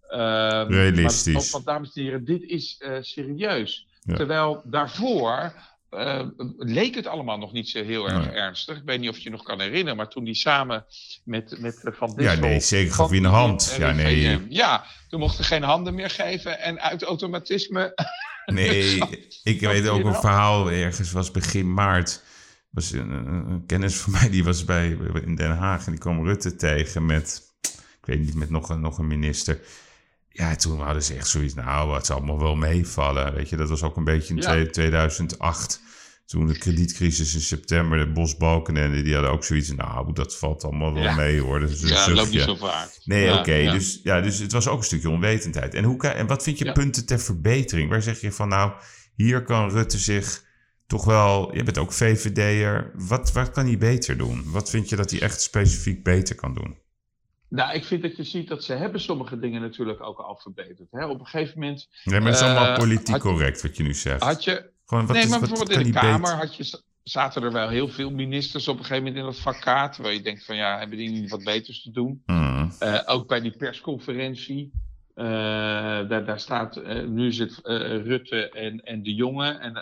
Uh, realistisch. Maar, want dames en heren, dit is uh, serieus. Ja. Terwijl daarvoor... Uh, leek het allemaal nog niet zo heel erg nee. ernstig. Ik weet niet of je je nog kan herinneren, maar toen die samen met, met Van Dissel... Ja, nee, zeker gaf hij een hand. Ja, nee. Ja, toen mochten geen handen meer geven en uit automatisme... Nee, ik weet ook een verhaal ergens, was begin maart... was een, een kennis van mij, die was bij in Den Haag en die kwam Rutte tegen met... ik weet niet, met nog een, nog een minister... Ja, toen hadden ze echt zoiets, nou, het zal allemaal wel meevallen. Weet je, dat was ook een beetje in ja. tweeduizend acht. Toen de kredietcrisis in september, de Bos Balkenende, die hadden ook zoiets. Nou, dat valt allemaal wel ja. mee, hoor. Dat is een ja, dat loopt niet zo vaak. Nee, ja, oké. Okay, ja. dus, ja, dus het was ook een stukje onwetendheid. En, hoe, en wat vind je ja. punten ter verbetering? Waar zeg je van, nou, hier kan Rutte zich toch wel... Je bent ook V V D'er. Wat, wat kan hij beter doen? Wat vind je dat hij echt specifiek beter kan doen? Nou, ik vind dat je ziet dat ze hebben sommige dingen natuurlijk ook al verbeterd. Hè? Op een gegeven moment... Nee, maar het is allemaal uh, politiek had, correct wat je nu zegt. Had je... Gewoon, wat nee, is, maar wat, bijvoorbeeld in de Kamer had je, zaten er wel heel veel ministers op een gegeven moment in het vakkaat. Terwijl je denkt van ja, hebben die niet wat beters te doen? Mm. Uh, ook bij die persconferentie. Uh, daar, daar staat, uh, nu is het uh, Rutte en, en de jongen. En,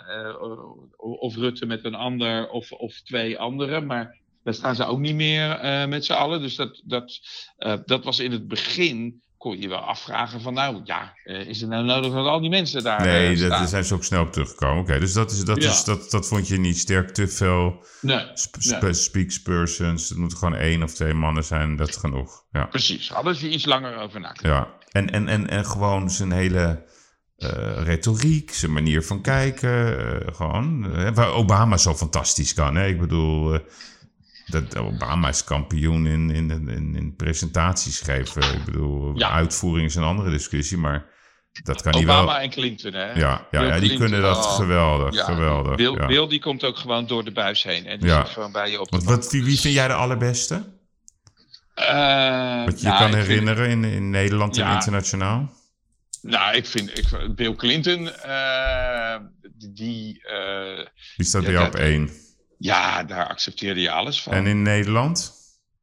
uh, of Rutte met een ander of, of twee anderen. Maar... Daar staan ze ook niet meer uh, met z'n allen. Dus dat, dat, uh, dat was in het begin... kon je wel afvragen van... nou ja, uh, is het nou nodig dat al die mensen daar Nee, uh, staan? daar zijn ze ook snel op teruggekomen. Oké, okay, dus, dat, is, dat, ja. is, dat, dat vond je niet sterk te veel nee, sp- nee. speakspersons. Het moeten gewoon één of twee mannen zijn. Dat is genoeg. Ja. Precies, hadden ze iets langer over nagedacht. Ja, en, en, en, en gewoon zijn hele... Uh, retoriek, zijn manier van kijken. Uh, gewoon, uh, waar Obama zo fantastisch kan. Hè? Ik bedoel... Uh, Dat Obama is kampioen in, in, in, in presentaties geven. Ik bedoel, ja. uitvoering is een andere discussie, maar dat kan hij wel. Obama en Clinton, hè? Ja, ja, ja die Clinton, kunnen dat oh. geweldig. Ja, geweldig Bill, ja. Bill die komt ook gewoon door de buis heen. En die ja. zit gewoon bij je op de wat, wat, wie, wie vind jij de allerbeste? Uh, wat je nou, kan herinneren vind, in, in Nederland en ja. internationaal? Nou, ik vind ik, Bill Clinton, uh, die... Uh, die staat bij ja, jou op één. Ja, daar accepteerde je alles van. En in Nederland?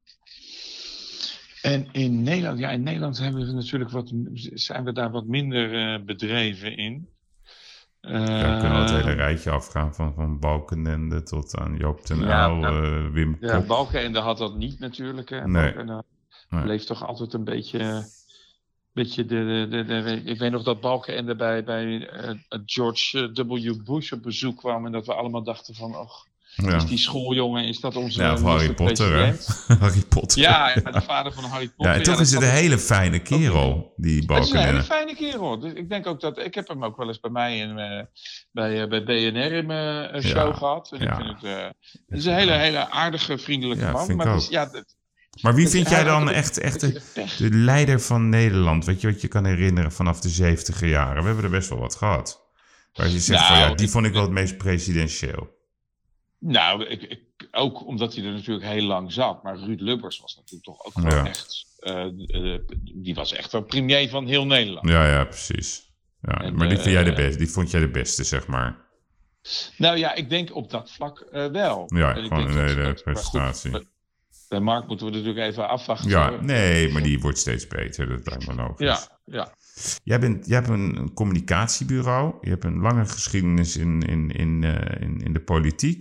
En in Nederland, ja, in Nederland hebben we natuurlijk wat, zijn we daar wat minder uh, bedreven in. Uh, ja, we kunnen al het hele rijtje afgaan van, van Balkenende tot aan Joop ten Uyl, ja, uh, Wim Kok. Ja, Balkenende had dat niet natuurlijk. Hè. Nee. Balkenende nee. bleef toch altijd een beetje... beetje de, de, de, de, ik weet nog dat Balkenende bij, bij uh, George W. Bush op bezoek kwam en dat we allemaal dachten van... Och, ja. Is die schooljongen, is dat onze ja, Harry Potter, hè? Harry Potter. Ja, ja, de vader van Harry Potter. Ja, en toch ja, is het een hele fijne kerel, die Balkenende. Het is een hele fijne kerel. Dus ik denk ook dat, ik heb hem ook wel eens bij mij in, uh, bij, uh, bij B N R in mijn uh, show ja, gehad. En ja. ik vind het, uh, het is een hele, hele aardige, vriendelijke ja, man. Maar, het is, ja, het, maar wie vind jij dan echt, echt de, de leider van Nederland? Weet je wat je kan herinneren vanaf de zeventiger jaren? We hebben er best wel wat gehad. Waar je zegt nou, van ja, die vond ik wel het meest presidentieel. Nou, ik, ik, ook omdat hij er natuurlijk heel lang zat. Maar Ruud Lubbers was natuurlijk toch ook gewoon ja. echt... Uh, uh, die was echt wel premier van heel Nederland. Ja, ja, precies. Ja, en, maar die, uh, vind jij de best, die vond jij de beste, zeg maar. Nou ja, ik denk op dat vlak uh, wel. Ja, en gewoon een hele dat, presentatie. Goed, bij Mark moeten we natuurlijk even afwachten. Ja, nee, maar die wordt steeds beter. Dat lijkt me logisch. Ja, ja. Jij, bent, jij hebt een communicatiebureau. Je hebt een lange geschiedenis in, in, in, uh, in, in de politiek.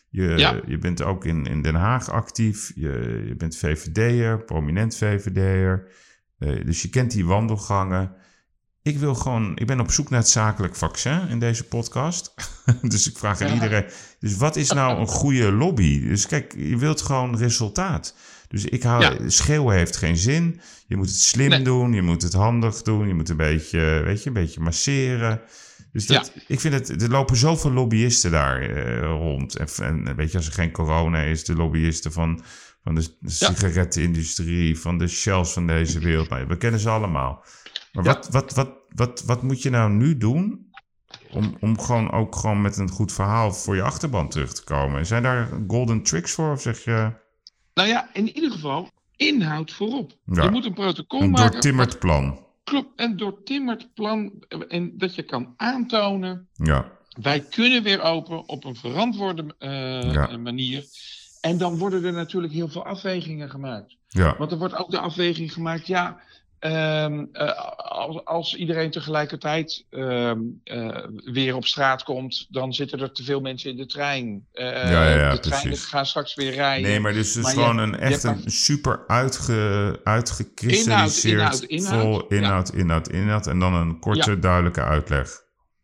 Je, Ja. je bent ook in, in Den Haag actief. Je, je bent V V D'er, prominent V V D'er. Uh, dus je kent die wandelgangen. Ik wil gewoon, ik ben op zoek naar het zakelijk vaccin in deze podcast. Dus ik vraag aan Ja. iedereen. Dus wat is nou een goede lobby? Dus kijk, je wilt gewoon resultaat. Dus ik hou, Ja. schreeuwen heeft geen zin. Je moet het slim Nee. doen, je moet het handig doen, je moet een beetje, weet je, een beetje masseren. Dus dat, Ja. ik vind het, er lopen zoveel lobbyisten daar eh, rond. En, en weet je, als er geen corona is, de lobbyisten van, van de sigarettenindustrie, van de Shells van deze wereld. Nou, we kennen ze allemaal. Maar Ja. wat, wat, wat, wat, wat moet je nou nu doen om, om gewoon ook gewoon met een goed verhaal voor je achterban terug te komen? Zijn daar golden tricks voor of zeg je... Nou ja, in ieder geval inhoud voorop. Ja. Je moet een protocol Een maken. doortimmerd wat plan. Klopt, en doortimmerd plan. En dat je kan aantonen. Ja, Wij kunnen weer open op een verantwoorde eh, Ja. manier. En dan worden er natuurlijk heel veel afwegingen gemaakt. ja, Want er wordt ook de afweging gemaakt, ja, ehm, eh, als, als iedereen tegelijkertijd ehm, eh, weer op straat komt, dan zitten er te veel mensen in de trein. Eh, Ja, ja, ja, de treinen precies. gaan straks weer rijden. nee, maar dus het is Maar je- gewoon een je echt hebt een maar- super uitge, uitgekristalliseerd, Inhoud, inhoud, inhoud. vol inhoud, inhoud, inhoud en dan een korte, Ja. duidelijke uitleg.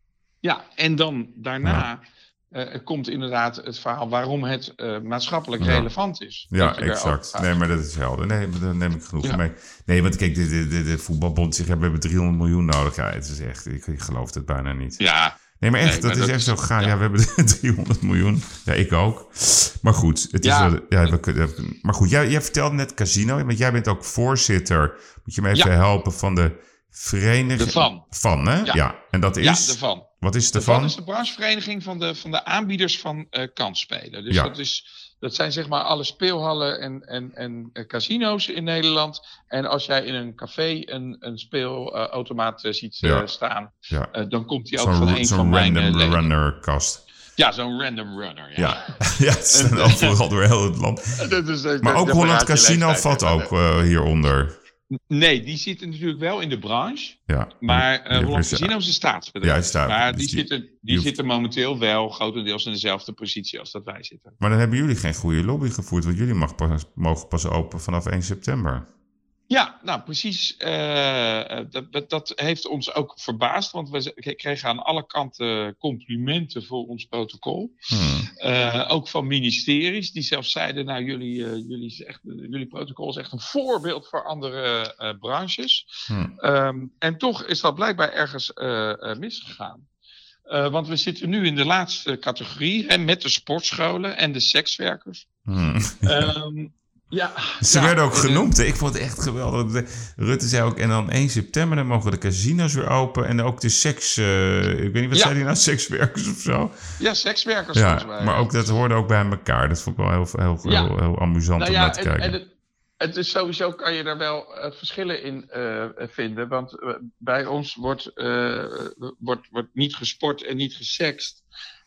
Ja, en dan daarna eh, komt inderdaad het verhaal waarom het eh, maatschappelijk Ja. relevant is. Ja, Dat je daarover exact. gaat. Nee, maar dat is helder. Nee, maar daar neem ik genoeg Ja. mee. Nee, want kijk, de, de, de, de voetbalbond zegt, ja, we hebben driehonderd miljoen nodig. Ja, het is echt, ik, ik geloof het bijna niet. Ja, Nee, maar echt, Nee, dat maar is dat echt is- zo gaaf. Ja. ja. we hebben driehonderd miljoen. Ja, ik ook. Maar goed, het is Ja. wel, ja, we kunnen, maar goed, jij, jij vertelde net casino, want jij bent ook voorzitter. Moet je me even Ja. helpen van de vereniging. De Van. Van, hè? Ja. Ja. En dat ja, is, de Van. wat is de De Van van? is de branchevereniging van de, van de aanbieders van eh kansspelen. Dus Ja. dat, is, dat zijn zeg maar alle speelhallen en, en, en eh, casino's in Nederland. En als jij in een café een, een speelautomaat eh, ziet eh, Ja. staan, Ja. eh, dan komt die ook Zo'n van ru- een zo'n van mijn eh, random leden. runner kast. Ja, zo'n random runner. Ja. Ja, ja het staan overal door heel het land. Dat is, eh, Maar de- ook de Holland verraad je Casino leeftijd, valt hè, maar ook eh, hieronder. de- Nee, die zitten natuurlijk wel in de branche. Ja. Maar eh Ja, Holland dus, ja. Casino is een staatsbedrijf. Ja, het staat- maar dus die, die- zitten, die, die hoeft- zitten momenteel wel grotendeels in dezelfde positie als dat wij zitten. Maar dan hebben jullie geen goede lobby gevoerd, want jullie mag pas, mogen pas open vanaf één september. Ja, nou precies. eh, dat, dat, dat heeft ons ook verbaasd, want we z- kregen aan alle kanten complimenten voor ons protocol. Hmm. Eh, ook van ministeries die zelfs zeiden, nou jullie, eh, jullie, is echt, jullie protocol is echt een voorbeeld voor andere eh, branches. Hmm. Ehm, en toch is dat blijkbaar ergens eh, eh, misgegaan. Eh, want we zitten nu in de laatste categorie, hè, met de sportscholen en de sekswerkers. Hmm. Ehm, ja, Ze ja, werden ook en, eh, genoemd. Hè? Ik vond het echt geweldig. De- Rutte zei ook, en dan één september dan mogen de casino's weer open. En ook de seks... eh, ik weet niet, wat Ja. zei hij nou? Sekswerkers of zo? Ja, sekswerkers volgens Ja, mij. maar ook dat hoorde ook bij elkaar. Dat vond ik wel heel, heel, heel, Ja. heel, heel amusant Nou om ja, naar te en, kijken. en het, het is sowieso kan je daar wel eh, verschillen in eh, vinden. Want eh, bij ons wordt, eh, wordt, wordt niet gesport en niet gesext.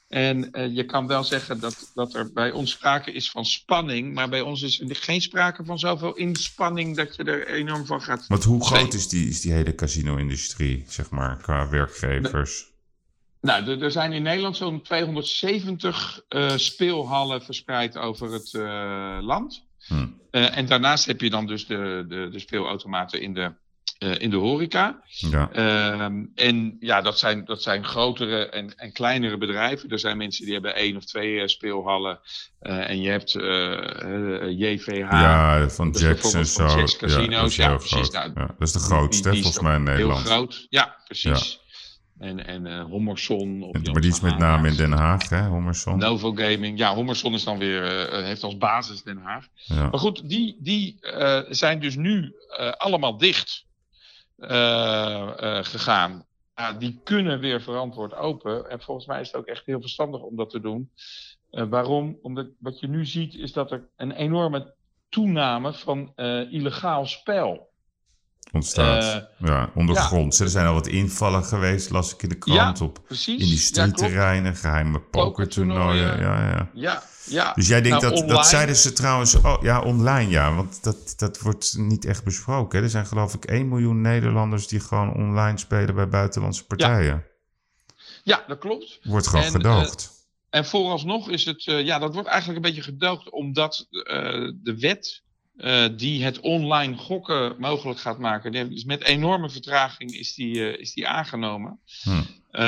En eh, je kan wel zeggen dat, dat er bij ons sprake is van spanning. Maar bij ons is er geen sprake van zoveel inspanning dat je er enorm van gaat. Want hoe groot zweeten. is die, is die hele casino-industrie, zeg maar, qua werkgevers? Nou, er, er zijn in Nederland zo'n tweehonderdzeventig eh, speelhallen verspreid over het eh, land. Hm. Uh, en daarnaast heb je dan dus de, de, de speelautomaten in de, uh, in de horeca. Ja. Uh, en ja, dat zijn, dat zijn grotere en, en kleinere bedrijven. Er zijn mensen die hebben één of twee uh, speelhallen. Uh, en je hebt uh, uh, J V H. Ja, van dat is Jacks en bijvoorbeeld zo. van Jacks Casino's. Ja, dat is Ja, heel precies. groot. Nou, Ja, dat is de grootste, die- die is volgens mij in heel Nederland. groot. Ja, precies. En, en uh, Hommerson. Of Maar die is met name in Den Haag, hè, Hommerson. Novo Gaming. Ja, Hommerson is dan weer, uh, heeft als basis Den Haag. Ja. Maar goed, die, die uh, zijn dus nu uh, allemaal dicht uh, uh, gegaan. Ja, die kunnen weer verantwoord open. En volgens mij is het ook echt heel verstandig om dat te doen. Uh, waarom? Omdat wat je nu ziet is dat er een enorme toename van uh, illegaal spel ontstaat. Uh, ja, ondergronds. Ja. Er zijn al wat invallen geweest, las ik in de krant, ja, op precies. industrieterreinen, ja, geheime pokertoernooien. Ja, ja. Ja, ja. Dus jij denkt nou, dat, online... dat zeiden ze trouwens, oh ja, online ja, want dat, dat wordt niet echt besproken. Hè? Er zijn geloof ik één miljoen Nederlanders die gewoon online spelen bij buitenlandse partijen. Ja, ja dat klopt. Wordt gewoon en, gedoogd. en vooralsnog is het, uh, ja, dat wordt eigenlijk een beetje gedoogd omdat uh, de wet uh, die het online gokken mogelijk gaat maken, die is met enorme vertraging is die, uh, is die aangenomen. Hm.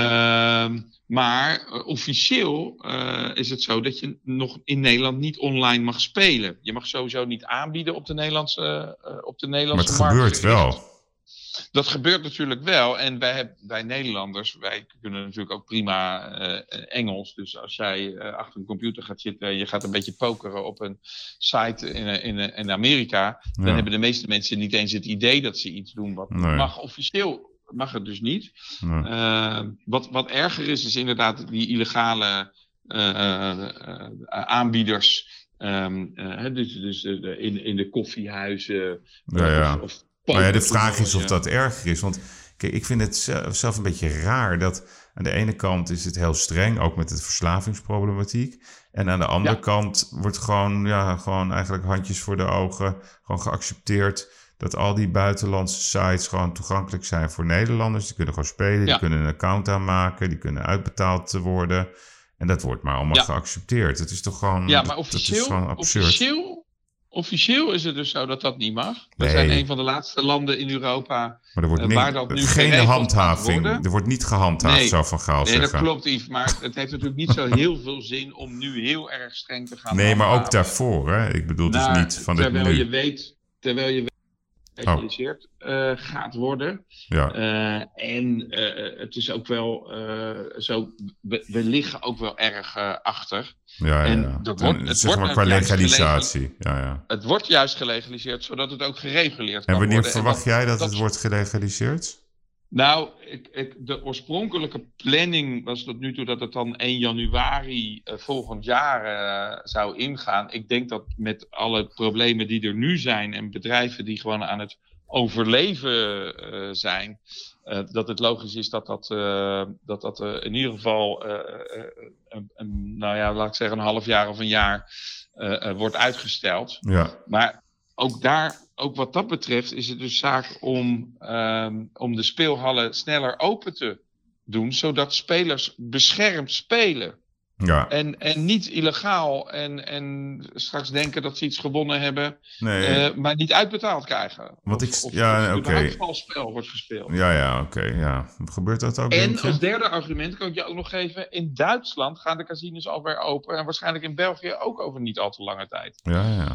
Uh, maar uh, officieel uh, is het zo dat je nog in Nederland niet online mag spelen. Je mag sowieso niet aanbieden op de Nederlandse, uh, op de Nederlandse markt. Maar het markt. gebeurt wel. Dat gebeurt natuurlijk wel. En wij, wij Nederlanders, wij kunnen natuurlijk ook prima uh, Engels. Dus als jij uh, achter een computer gaat zitten en je gaat een beetje pokeren op een site in, in, in Amerika, ja. dan hebben de meeste mensen niet eens het idee dat ze iets doen wat nee. mag. Officieel mag het dus niet. Nee. Uh, wat, wat erger is, is inderdaad die illegale uh, uh, aanbieders. Um, uh, dus dus uh, in, in de koffiehuizen. Ja, ja. Of, of Maar ja, de vraag is of dat erger is. Want kijk, ik vind het zelf een beetje raar dat aan de ene kant is het heel streng, ook met de verslavingsproblematiek. En aan de andere ja. kant wordt gewoon, ja, gewoon eigenlijk handjes voor de ogen gewoon geaccepteerd dat al die buitenlandse sites gewoon toegankelijk zijn voor Nederlanders. Die kunnen gewoon spelen, ja. die kunnen een account aanmaken, die kunnen uitbetaald worden. En dat wordt maar allemaal ja. geaccepteerd. Het is toch gewoon, ja, maar officieel, dat is gewoon absurd. Officieel, officieel is het dus zo dat dat niet mag. We nee. zijn een van de laatste landen in Europa maar er wordt uh, waar dat nu geen handhaving. Er wordt niet gehandhaafd, nee. zou Van Gaal nee, zeggen. Nee, dat klopt, Yves. Maar het heeft natuurlijk niet zo heel veel zin om nu heel erg streng te gaan Nee, handhaven. maar ook daarvoor. Hè? Ik bedoel nou, dus niet van het terwijl nu. Je weet, terwijl je weet gerealiseerd uh, gaat worden. Ja. Uh, en uh, het is ook wel uh, zo, we, we liggen ook wel erg uh, achter. Ja, ja, en ja. dat wordt, en, het zeg wordt maar qua legalisatie. Ja, ja. Het wordt juist gelegaliseerd, zodat het ook gereguleerd kan worden. En wanneer worden. verwacht en dat, jij dat, dat het wordt gelegaliseerd? Nou, ik, ik, de oorspronkelijke planning was tot nu toe dat het dan één januari uh, volgend jaar uh, zou ingaan. Ik denk dat met alle problemen die er nu zijn en bedrijven die gewoon aan het overleven uh, zijn, uh, dat het logisch is dat dat, uh, dat, dat uh, in ieder geval, uh, uh, een, een, nou ja, laat ik zeggen een half jaar of een jaar uh, uh, wordt uitgesteld. Ja. Maar ook daar, ook wat dat betreft, is het dus zaak om, um, om de speelhallen sneller open te doen, zodat spelers beschermd spelen. Ja. En, en niet illegaal en, en straks denken dat ze iets gewonnen hebben, nee. uh, maar niet uitbetaald krijgen. Want of, ik, of, ja, of oké. Okay. een vals spel wordt gespeeld. Ja, ja, oké. Okay, ja. Gebeurt dat ook? En als derde argument kan ik je ook nog geven, in Duitsland gaan de casinos alweer open en waarschijnlijk in België ook over niet al te lange tijd. Ja, ja.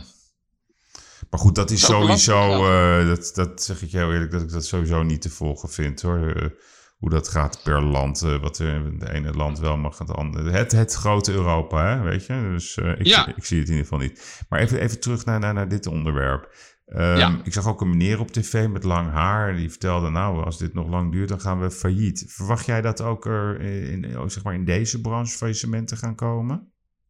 Maar goed, dat is dat sowieso, uh, dat, dat zeg ik heel eerlijk, dat ik dat sowieso niet te volgen vind hoor. Uh, hoe dat gaat per land, uh, wat er in het ene land wel mag, het andere. Het, het grote Europa, hè, weet je. Dus uh, ik, ja. ik zie het in ieder geval niet. Maar even, even terug naar, naar, naar dit onderwerp. Um, ja. Ik zag ook een meneer op tv met lang haar. Die vertelde, nou, als dit nog lang duurt, dan gaan we failliet. Verwacht jij dat ook er in, in, zeg maar in deze branche faillissementen gaan komen?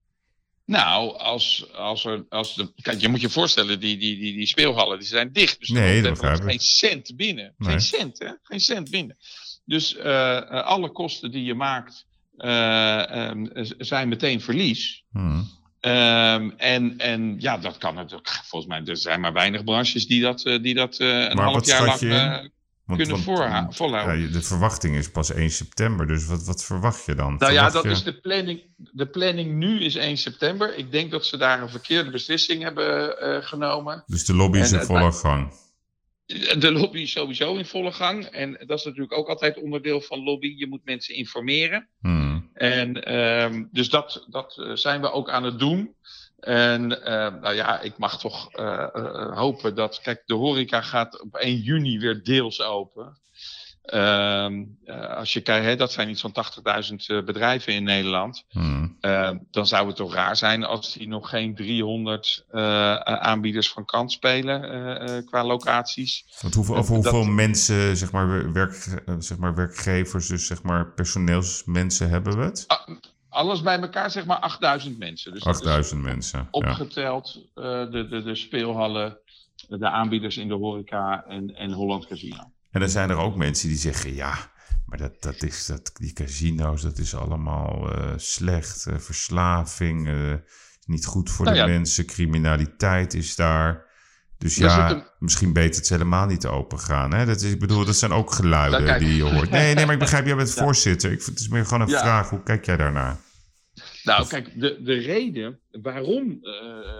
Nou, als, als er, als de, kijk, je moet je voorstellen, die, die, die, die speelhallen die zijn dicht. Dus nee, er komt geen cent binnen. Nee. Geen cent, hè? Geen cent binnen. Dus uh, uh, alle kosten die je maakt uh, um, zijn meteen verlies. Hmm. Um, en, en ja, dat kan natuurlijk. Volgens mij, er zijn maar weinig branches die dat, uh, die dat uh, een maar half jaar lang uh, want, kunnen want, voorha- volhouden. Ja, de verwachting is pas één september, dus wat, wat verwacht je dan? Nou verwacht ja, dat je... is de planning. De planning nu is één september. Ik denk dat ze daar een verkeerde beslissing hebben uh, genomen. Dus de lobby is in volle uh, gang? De lobby is sowieso in volle gang. En dat is natuurlijk ook altijd onderdeel van lobby. Je moet mensen informeren. Hmm. En um, dus dat, dat uh, zijn we ook aan het doen. En uh, nou ja, ik mag toch uh, uh, hopen dat... Kijk, de horeca gaat op één juni weer deels open. Uh, uh, als je kijkt, hè, dat zijn iets van tachtigduizend uh, bedrijven in Nederland. Hmm. Uh, dan zou het toch raar zijn als die nog geen driehonderd uh, aanbieders van kant spelen uh, uh, qua locaties. Want hoeveel, over hoeveel dat, mensen, zeg maar, werk, zeg maar, werkgevers, dus zeg maar personeelsmensen hebben we het? Uh, Alles bij elkaar, zeg maar, achtduizend mensen. Dus achtduizend mensen, opgeteld, ja. uh, de, de, de speelhallen, de aanbieders in de horeca en, en Holland Casino. En dan zijn er ook mensen die zeggen, ja, maar dat, dat is, dat, die casino's, dat is allemaal uh, slecht. Uh, verslaving, uh, niet goed voor nou, de ja. mensen, criminaliteit is daar. Dus ja, een... misschien beter het helemaal niet open gaan. Hè? Dat is, ik bedoel, dat zijn ook geluiden nou, die je hoort. Nee, nee, maar ik begrijp, jij bent ja. voorzitter. Ik, het is meer gewoon een ja. vraag, hoe kijk jij daarnaar? Nou, kijk, de, de reden waarom uh,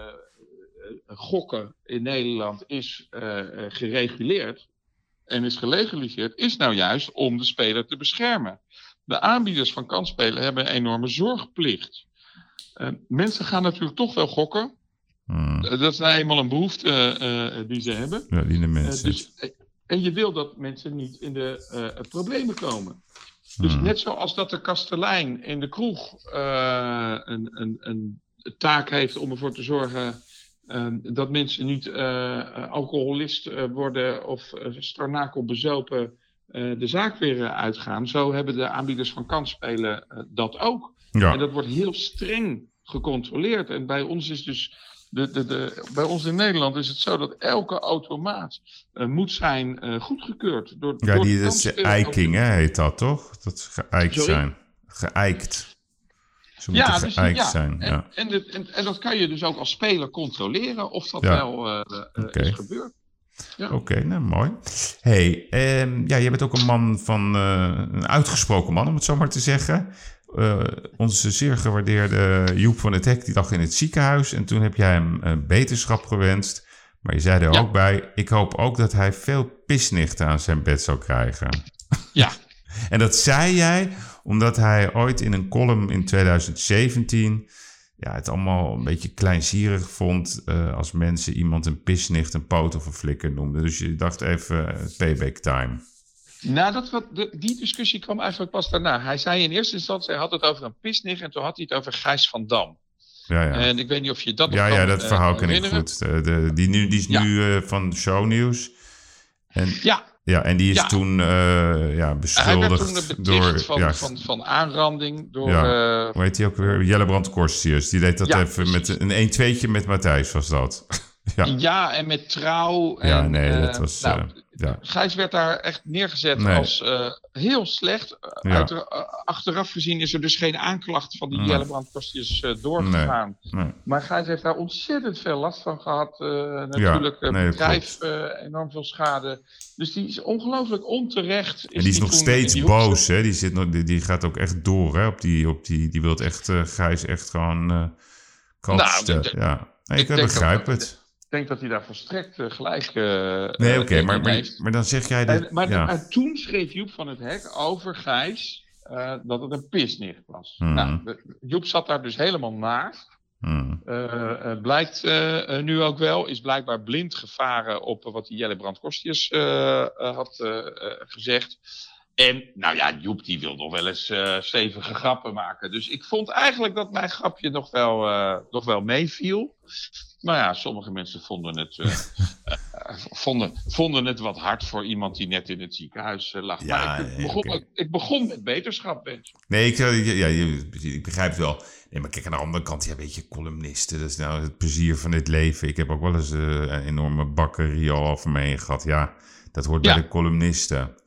gokken in Nederland is uh, gereguleerd en is gelegaliseerd, is nou juist om de speler te beschermen. De aanbieders van kansspelen hebben een enorme zorgplicht. Uh, mensen gaan natuurlijk toch wel gokken. Hmm. Uh, dat is nou eenmaal een behoefte uh, die ze hebben. Ja, die de mensen. Uh, dus, en je wil dat mensen niet in de uh, problemen komen. Dus hmm. net zoals dat de kastelein in de kroeg uh, een, een, een taak heeft om ervoor te zorgen uh, dat mensen niet uh, alcoholist uh, worden of uh, starnakel bezopen uh, de zaak weer uh, uitgaan. Zo hebben de aanbieders van kansspelen uh, dat ook. Ja. En dat wordt heel streng gecontroleerd. En bij ons is dus De, de, de, bij ons in Nederland is het zo dat elke automaat uh, moet zijn uh, goedgekeurd. Door, ja, door die is eiking, hè, heet dat toch? Dat is geëikt Sorry? zijn. Geëikt. Ze moeten ja, dus, geëikt ja. zijn. En, ja. en, de, en, en dat kan je dus ook als speler controleren of dat ja. wel uh, uh, okay. is gebeurd. Ja. Oké, okay, nou mooi. Hey, um, ja, jij bent ook een man van uh, een uitgesproken man, om het zo maar te zeggen. Uh, onze zeer gewaardeerde Joep van het Hek, die lag in het ziekenhuis. En toen heb jij hem uh, beterschap gewenst. Maar je zei er ja. ook bij, ik hoop ook dat hij veel pisnichten aan zijn bed zou krijgen. Ja. En dat zei jij omdat hij ooit in een column in twintig zeventien... ja, het allemaal een beetje kleinzierig vond uh, als mensen iemand een pisnicht, een poot of een flikker noemden. Dus je dacht even uh, payback time. Nou, dat wat, de, die discussie kwam eigenlijk pas daarna. Hij zei in eerste instantie, hij had het over een pisnig en toen had hij het over Gijs van Dam. Ja, ja. En ik weet niet of je dat nog Ja, kan, ja, dat uh, verhaal ken ik herinneren. goed. De, de, die, nu, die is ja. nu uh, van Shownieuws. En, ja. Ja, en die is ja. toen uh, ja, beschuldigd hij werd toen door... Van, ja, van, van aanranding door... Ja. Uh, Hoe heet die ook weer? Jellebrand Korstius. Die deed dat ja, even precies. met een een-tweetje met Matthijs was dat. ja. ja, en met Trouw. En, ja, nee, dat uh, was... Nou, uh, ja. Gijs werd daar echt neergezet nee. als uh, heel slecht. Ja. Uit, uh, achteraf gezien is er dus geen aanklacht van die nee. Jellebrand Korstius uh, doorgegaan. Nee. Nee. Maar Gijs heeft daar ontzettend veel last van gehad. Uh, natuurlijk, ja, nee, bedrijf, uh, enorm veel schade. Dus die is ongelooflijk onterecht. Is en die is die nog steeds boos, hè? Die, zit nog, die, die gaat ook echt door, hè? Op die, op die, die wil echt uh, Gijs echt gewoon uh, kosten. Nou, ja. Nee, ik, ik begrijp dat, het. Ik denk dat hij daar volstrekt uh, gelijk uh, Nee, oké, okay, maar, maar, maar dan zeg jij... Dat, en, maar, ja. en toen schreef Joep van het Hek over Gijs uh, dat het een pisnicht was. Hmm. Nou, de, Joep zat daar dus helemaal naast. Hmm. Uh, uh, blijkt uh, nu ook wel, is blijkbaar blind gevaren op wat die Jellebrand Korstius uh, uh, had uh, uh, gezegd. En nou ja, Joep die wil nog wel eens uh, stevige grappen maken. Dus ik vond eigenlijk dat mijn grapje nog wel, uh, nog wel meeviel. Maar ja, sommige mensen vonden het, uh, uh, vonden, vonden het wat hard voor iemand die net in het ziekenhuis uh, lag. Ja, maar ik, nee, begon, okay. ik begon met beterschap, Ben. Nee, ik, ja, ik begrijp het wel. Nee, maar kijk, aan de andere kant, ja, weet je, columnisten, dat is nou het plezier van dit leven. Ik heb ook wel eens uh, een enorme bakkerie al over me heen gehad. Ja, dat hoort ja. bij de columnisten.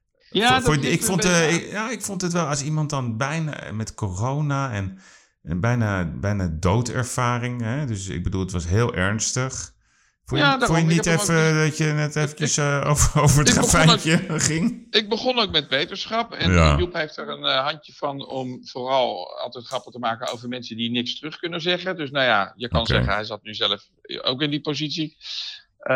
Ja, voor, voor, ik, vond, uh, ik, ja, ik vond het wel, als iemand dan bijna met corona en, en bijna, bijna doodervaring, hè? Dus ik bedoel, het was heel ernstig. Vond je, ja, vond je niet even ook, dat je net eventjes uh, over, over het ravijntje ging? Ik begon ook met wetenschap en ja. Joep heeft er een uh, handje van om vooral altijd grappen te maken over mensen die niks terug kunnen zeggen. Dus nou ja, je kan okay. zeggen, hij zat nu zelf ook in die positie. Uh,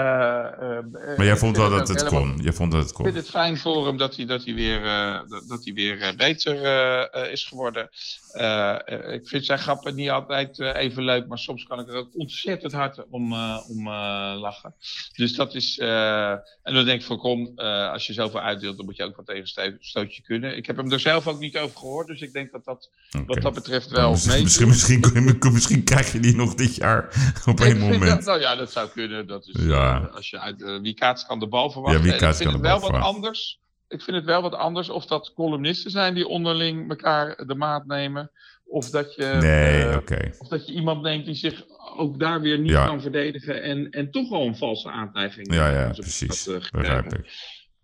uh, maar jij vond wel dat het kon. Je vond dat het kon. Ik vind het fijn voor hem dat hij, dat hij weer, uh, dat, dat hij weer uh, beter uh, uh, is geworden. Uh, uh, ik vind zijn grappen niet altijd uh, even leuk, maar soms kan ik er ook ontzettend hard om, uh, om uh, lachen. Dus dat is... Uh, en dan denk ik van kom, uh, als je zoveel uitdeelt, dan moet je ook wat tegenstootje kunnen. Ik heb hem er zelf ook niet over gehoord, dus ik denk dat dat okay. wat dat betreft wel nou, misschien, misschien, misschien, misschien krijg je die nog dit jaar op één moment. Dat, nou ja, dat zou kunnen. Dat is, ja. uh, als je uit uh, wie kaats kan de bal verwachten. Ja, wie kaats en ik vind kan het de wel bal wat anders. Ik vind het wel wat anders of dat columnisten zijn die onderling elkaar de maat nemen. Of dat je, nee, uh, okay. of dat je iemand neemt die zich ook daar weer niet ja. kan verdedigen. En, en toch wel een valse aantijging. Ja, ja, precies. Dat, uh, begrijp ik.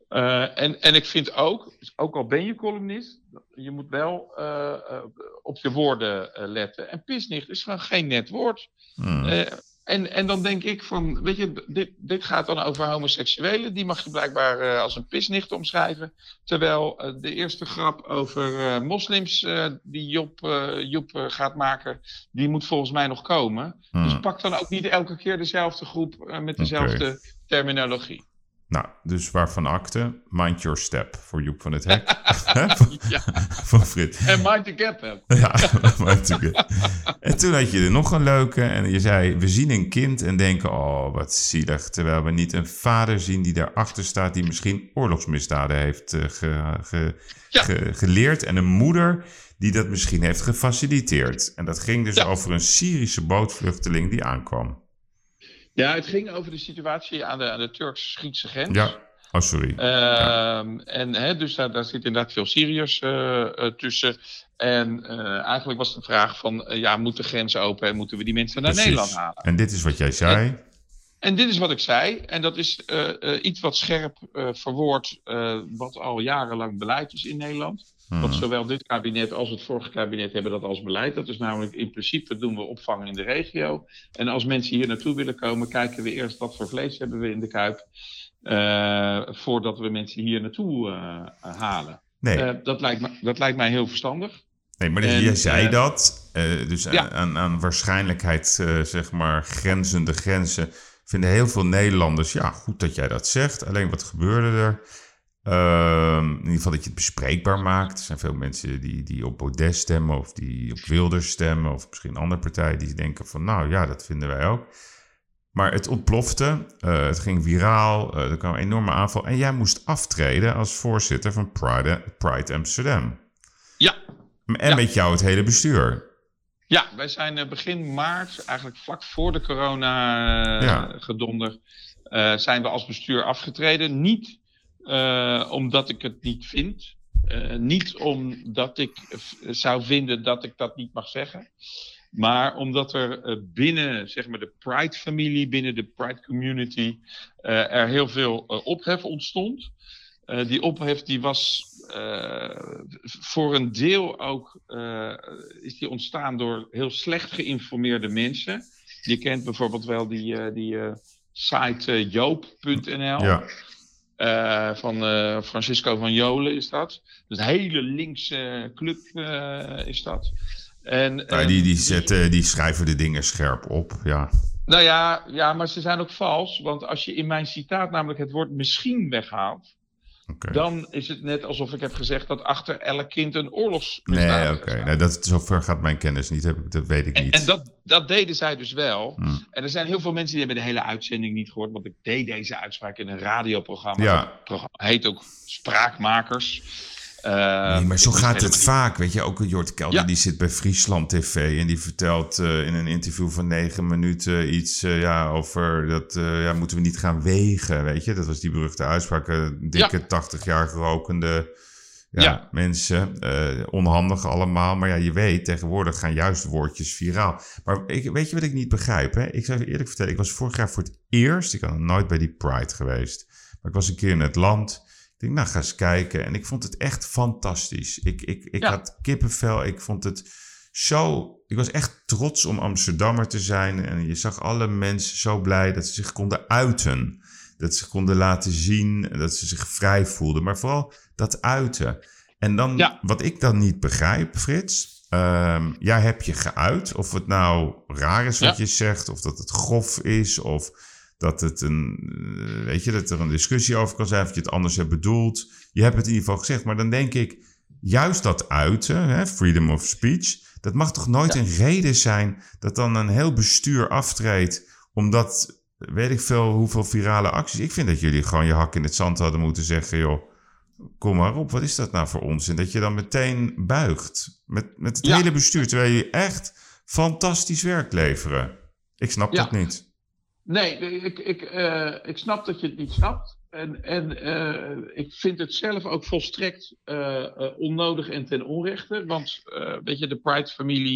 Uh, en, en ik vind ook, ook al ben je columnist, je moet wel uh, uh, op je woorden uh, letten. En pisnicht is gewoon geen net woord. Hmm. Uh, En, en dan denk ik van, weet je, dit, dit gaat dan over homoseksuelen. Die mag je blijkbaar uh, als een pisnicht omschrijven. Terwijl uh, de eerste grap over uh, moslims uh, die Job, uh, Job uh, gaat maken, die moet volgens mij nog komen. Hmm. Dus pak dan ook niet elke keer dezelfde groep uh, met dezelfde okay. terminologie. Nou, dus waarvan akte? Mind your step voor Joep van het Hek. van, ja. van Frits. En mind the gap. Hè? Ja, mind the gap. En toen had je er nog een leuke. En je zei, we zien een kind en denken, oh, wat zielig. Terwijl we niet een vader zien die daarachter staat, die misschien oorlogsmisdaden heeft uh, ge, ge, ja. ge, geleerd. En een moeder die dat misschien heeft gefaciliteerd. En dat ging dus ja. over een Syrische bootvluchteling die aankwam. Ja, het ging over de situatie aan de, aan de Turks-Griekse grens. Ja, oh sorry. Uh, ja. En hè, dus daar, daar zit inderdaad veel Syriërs uh, uh, tussen. En uh, eigenlijk was de vraag van, uh, ja, moet de grens open en moeten we die mensen naar Precies. Nederland halen? En dit is wat jij zei? En, en dit is wat ik zei. En dat is uh, uh, iets wat scherp uh, verwoord, uh, wat al jarenlang beleid is in Nederland. Hmm. Want zowel dit kabinet als het vorige kabinet hebben dat als beleid. Dat is namelijk in principe doen we opvang in de regio. En als mensen hier naartoe willen komen, kijken we eerst wat voor vlees hebben we in de kuip. Uh, voordat we mensen hier naartoe uh, halen. Nee. Uh, dat, lijkt me, dat lijkt mij heel verstandig. Nee, maar dus en, jij zei uh, dat. Uh, dus ja. aan, aan waarschijnlijkheid, uh, zeg maar, grenzende grenzen. Vinden heel veel Nederlanders, ja, goed dat jij dat zegt. Alleen wat gebeurde er? Uh, in ieder geval dat je het bespreekbaar maakt. Er zijn veel mensen die, die op Baudet stemmen of die op Wilders stemmen of misschien een andere partij die denken van nou ja, dat vinden wij ook. Maar het ontplofte, uh, het ging viraal, uh, er kwam een enorme aanval en jij moest aftreden als voorzitter van Pride, Pride Amsterdam. Ja. En ja. met jou het hele bestuur. Ja, wij zijn uh, begin maart, eigenlijk vlak voor de corona uh, ja. gedonder, uh, zijn we als bestuur afgetreden. Niet Uh, omdat ik het niet vind. Uh, niet omdat ik uh, zou vinden dat ik dat niet mag zeggen. Maar omdat er uh, binnen zeg maar, de Pride-familie, binnen de Pride-community, uh, er heel veel uh, ophef ontstond. Uh, die ophef die was uh, voor een deel ook uh, is die ontstaan door heel slecht geïnformeerde mensen. Je kent bijvoorbeeld wel die, uh, die uh, site uh, joop punt n l. Ja. Uh, van uh, Francisco van Jolen is dat. Dus een hele linkse club uh, is dat. En, ja, die, die, zetten, die schrijven de dingen scherp op, ja. Nou ja, ja, maar ze zijn ook vals. Want als je in mijn citaat namelijk het woord misschien weghaalt... Okay. Dan is het net alsof ik heb gezegd dat achter elk kind een oorlogsmisdaad Nee, oké. Okay. Nee, dat, zover gaat mijn kennis niet. Dat weet ik niet. En, en dat, dat deden zij dus wel. Hmm. En er zijn heel veel mensen die hebben de hele uitzending niet gehoord. Want ik deed deze uitspraak in een radioprogramma. Ja. Het programma heet ook Spraakmakers. Uh, nee, maar zo gaat het vaak. Weet je, ook Jort Kelder, ja. die zit bij Friesland T V en die vertelt uh, in een interview van negen minuten iets uh, ja, over dat uh, ja, moeten we niet gaan wegen, weet je. Dat was die beruchte uitspraak. Uh, dikke ja. tachtig jaar gerokende ja, ja. mensen. Uh, onhandig allemaal. Maar ja, je weet, tegenwoordig gaan juist woordjes viraal. Maar ik, weet je wat ik niet begrijp? Hè? Ik zou je eerlijk vertellen, ik was vorig jaar voor het eerst, ik had nooit bij die Pride geweest, maar ik was een keer in het land. Ik denk, nou, ga eens kijken. En ik vond het echt fantastisch. Ik, ik, ik ja. had kippenvel. Ik vond het zo... Ik was echt trots om Amsterdammer te zijn. En je zag alle mensen zo blij dat ze zich konden uiten. Dat ze konden laten zien. Dat ze zich vrij voelden. Maar vooral dat uiten. En dan, ja. wat ik dan niet begrijp, Frits... Um, jij hebt je geuit. Of het nou raar is wat ja. je zegt. Of dat het grof is. Of... Dat, het een, weet je, dat er een discussie over kan zijn of je het anders hebt bedoeld. Je hebt het in ieder geval gezegd. Maar dan denk ik, juist dat uiten, hè, freedom of speech... dat mag toch nooit ja. een reden zijn dat dan een heel bestuur aftreedt... omdat, weet ik veel, hoeveel virale acties... Ik vind dat jullie gewoon je hak in het zand hadden moeten zeggen... joh, kom maar op, wat is dat nou voor ons? En dat je dan meteen buigt met, met het ja. hele bestuur... terwijl jullie echt fantastisch werk leveren. Ik snap ja. dat niet. Nee, ik, ik, uh, ik snap dat je het niet snapt. En, en uh, ik vind het zelf ook volstrekt uh, uh, onnodig en ten onrechte. Want uh, weet je, de Pride-familie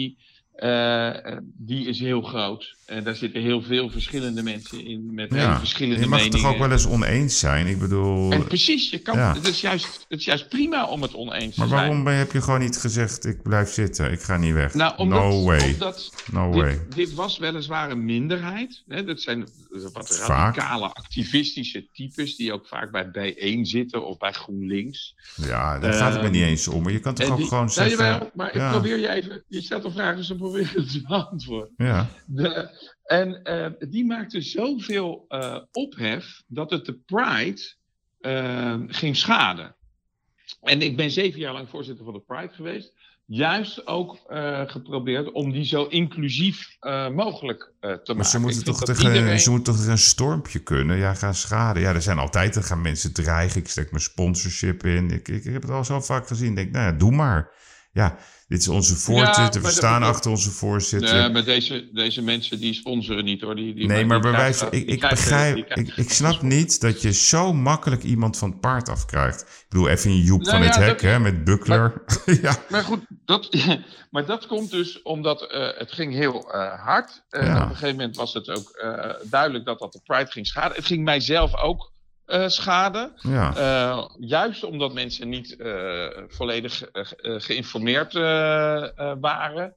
Uh, die is heel groot. En daar zitten heel veel verschillende mensen in met Ja. heel verschillende Je mag meningen. toch ook wel eens oneens zijn? Ik bedoel... En precies, je kan, Ja. het, is juist, het is juist prima om het oneens Maar te zijn. waarom ben- heb je gewoon niet gezegd, ik blijf zitten, ik ga niet weg? Nou, omdat, no way, omdat no way. dit, dit was weliswaar een minderheid. Hè? Dat zijn wat Vaak. radicale activistische types die ook vaak bij B één zitten of bij GroenLinks. Ja, daar gaat het me Ehm, niet eens om. Maar je kan toch En ook die- gewoon nou, zeggen... jawel, maar ja. ik probeer je even... Je stelt een vraag, dus dan probeer ik het te beantwoorden. Ja, De, en eh, die maakte zoveel eh, ophef dat het de Pride eh, ging schaden. En ik ben zeven jaar lang voorzitter van de Pride geweest. Juist ook eh, geprobeerd om die zo inclusief eh, mogelijk eh, te maken. maar ze Ik moeten, vind toch dat tegen, iedereen- ze moeten toch tegen een stormpje kunnen? Ja, gaan schaden. Ja, er zijn altijd, er gaan mensen dreigen. Ik steek mijn sponsorship in. Ik, ik, ik heb het al zo vaak gezien. Ik denk, nou ja, doe maar. Ja, dit is onze voorzitter. maar We dat staan moet ook- achter onze voorzitter. Nee, maar deze, deze mensen die sponsoren niet hoor. Die, die, Nee, maar die bij krijgen- wijze, ik, die ik krijgen- begrijp, die krijgen- ik, ik snap niet dat je zo makkelijk iemand van het paard afkrijgt. Ik bedoel, even een Joep Nou van ja, het Hek, dat- hè, met Buckler. ja. Maar goed, dat, maar dat komt dus omdat uh, het ging heel uh, hard. Uh, Ja. Op een gegeven moment was het ook uh, duidelijk dat dat de Pride ging schaden. Het ging mijzelf ook uh, schaden. Ja. Uh, juist omdat mensen niet uh, volledig uh, geïnformeerd uh, uh, waren.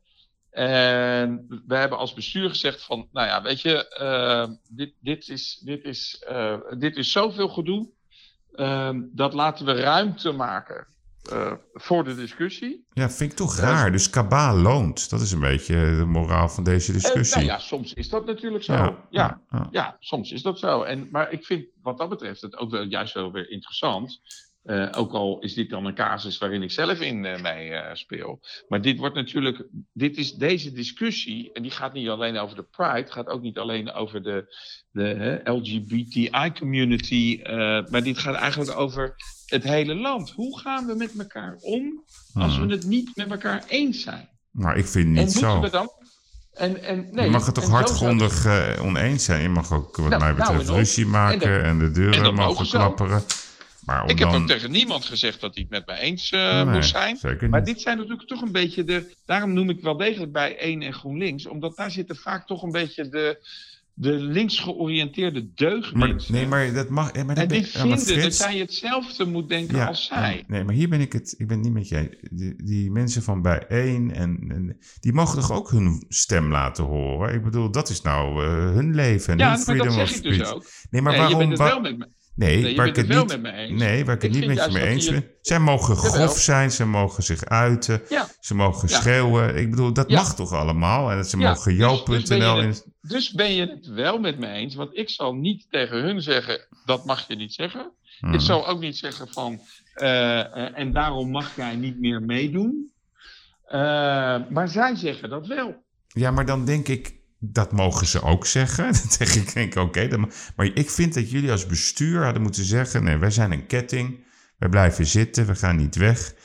En we hebben als bestuur gezegd van, nou ja, weet je, uh, dit, dit, is, dit, is, uh, dit is zoveel gedoe. Uh, dat laten we ruimte maken uh, voor de discussie. ja, vind ik toch raar. Dus kabaal loont. Dat is een beetje de moraal van deze discussie. Uh, nou ja, soms is dat natuurlijk zo. Ja, Ja, ja, ja. ja, soms is dat zo. En, maar ik vind wat dat betreft het ook wel, juist wel weer interessant. Uh, ook al is dit dan een casus waarin ik zelf in uh, mee uh, speel. Maar dit wordt natuurlijk, dit is deze discussie, en die gaat niet alleen over de Pride, gaat ook niet alleen over de, de uh, L G B T I community, uh, maar dit gaat eigenlijk over het hele land. Hoe gaan we met elkaar om als Hmm. we het niet met elkaar eens zijn? Maar ik vind het En niet moeten zo. we dan? En, en, nee, je mag het toch en zo hardgrondig uh, oneens zijn. Je mag ook, wat Nou, mij nou betreft, en op. ruzie maken en, En de deuren en dat mogen mogen ze klapperen. Maar om Ik heb dan... ook tegen niemand gezegd dat hij het met mij eens uh, Nee, moest zijn. zeker Maar niet. dit zijn natuurlijk toch een beetje de... Daarom noem ik wel degelijk bij één en GroenLinks. Omdat daar zitten vaak toch een beetje de, de links georiënteerde Maar, deugdmensen. nee, maar dat mag... Ja, maar dat en ben- die ja, maar vinden dat Frits- jij hetzelfde moet denken Ja, als zij. ja, nee, maar hier ben ik het, ik ben het niet met jij. Die, die mensen van bijeen en, en die mogen toch ook hun stem laten horen? Ik bedoel, dat is nou uh, hun leven en Ja, hun maar freedom dat of zeg ik dus speech. ook. Nee, maar Nee, waarom? je bent het wa- wel met me. Nee, Nee, je waar ik bent het het wel niet, met me eens. Nee, waar ik het Ik niet vind met je mee juist eens dat ben. je- Zij mogen Jawel. grof zijn, ze mogen zich uiten, Ja. ze mogen Ja. schreeuwen. Ik bedoel, dat Ja. mag toch allemaal? En ze Ja, mogen dus- jouw dus punt ben je N L in... het- Dus ben je het wel met me eens? Want ik zal niet tegen hun zeggen, dat mag je niet zeggen. Hmm. Ik zal ook niet zeggen van, uh, uh, en daarom mag jij niet meer meedoen. Uh, maar zij zeggen dat wel. Ja, maar dan denk ik, dat mogen ze ook zeggen. Dan denk ik, denk ik oké. dan ma- maar ik vind dat jullie als bestuur hadden moeten zeggen... nee, wij zijn een ketting, wij blijven zitten, we gaan niet weg.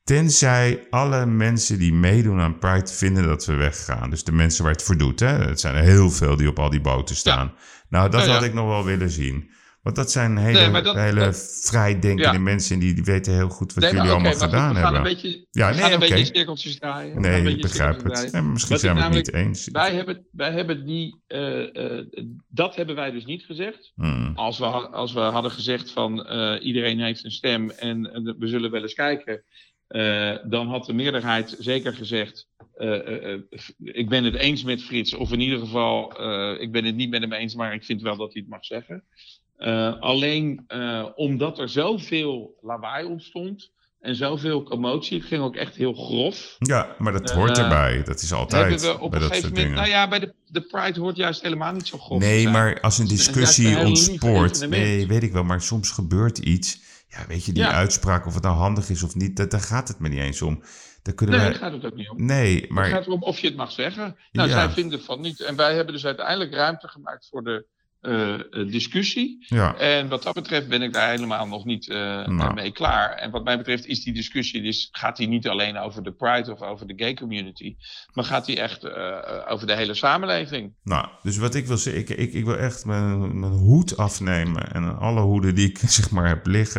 Tenzij alle mensen die meedoen aan Pride vinden dat we weggaan. Dus de mensen waar het voor doet. Hè? Het zijn er heel veel die op al die boten staan. Nou, dat Ja, ja. had ik nog wel willen zien. Want dat zijn hele, Nee, maar dat- hele dat- vrijdenkende Ja. mensen... en die, die weten heel goed wat Nee, maar jullie oké, allemaal maar goed, gedaan we gaan hebben. een beetje, Ja, we nee, gaan een oké. beetje cirkeltjes draaien. We gaan een Nee, ik beetje begrijp cirkeltjes het. draaien. Ja, misschien Wat zijn ik we het niet namelijk- eens. Wij hebben, wij hebben die, uh, uh, dat hebben wij dus niet gezegd. Hmm. Als we, ha- als we hadden gezegd van uh, iedereen heeft een stem en uh, we zullen wel eens kijken. Uh, dan had de meerderheid zeker gezegd, uh, uh, uh, ik ben het eens met Frits. Of in ieder geval, uh, ik ben het niet met hem eens, maar ik vind wel dat hij het mag zeggen. Uh, alleen uh, omdat er zoveel lawaai ontstond en zoveel commotie, het ging ook echt heel grof. Ja, maar dat hoort Uh, erbij. Dat is altijd Hebben we op bij een dat gegeven soort moment, dingen. nou ja, bij de, de Pride hoort juist helemaal niet zo grof te Nee, zijn. maar als een Het is discussie juist een heel lief ontspoort... evenement. Nee, weet ik wel, maar soms gebeurt iets... Ja, weet je, die Ja. uitspraak, of het nou handig is of niet... Dat, daar gaat het me niet eens om. Daar kunnen Nee, wij... daar gaat het ook niet om. Nee, Het maar... gaat erom of je het mag zeggen. Nou, Ja. zij vinden van niet. En wij hebben dus uiteindelijk ruimte gemaakt voor de uh, uh, discussie. Ja, En wat dat betreft ben ik daar helemaal nog niet uh, Nou. mee klaar. En wat mij betreft is die discussie, dus gaat die niet alleen over de Pride of over de gay community, maar gaat die echt uh, over de hele samenleving. nou, dus wat ik wil zeggen... Ik, ik, ik wil echt mijn, mijn hoed afnemen... en alle hoeden die ik zeg maar heb liggen...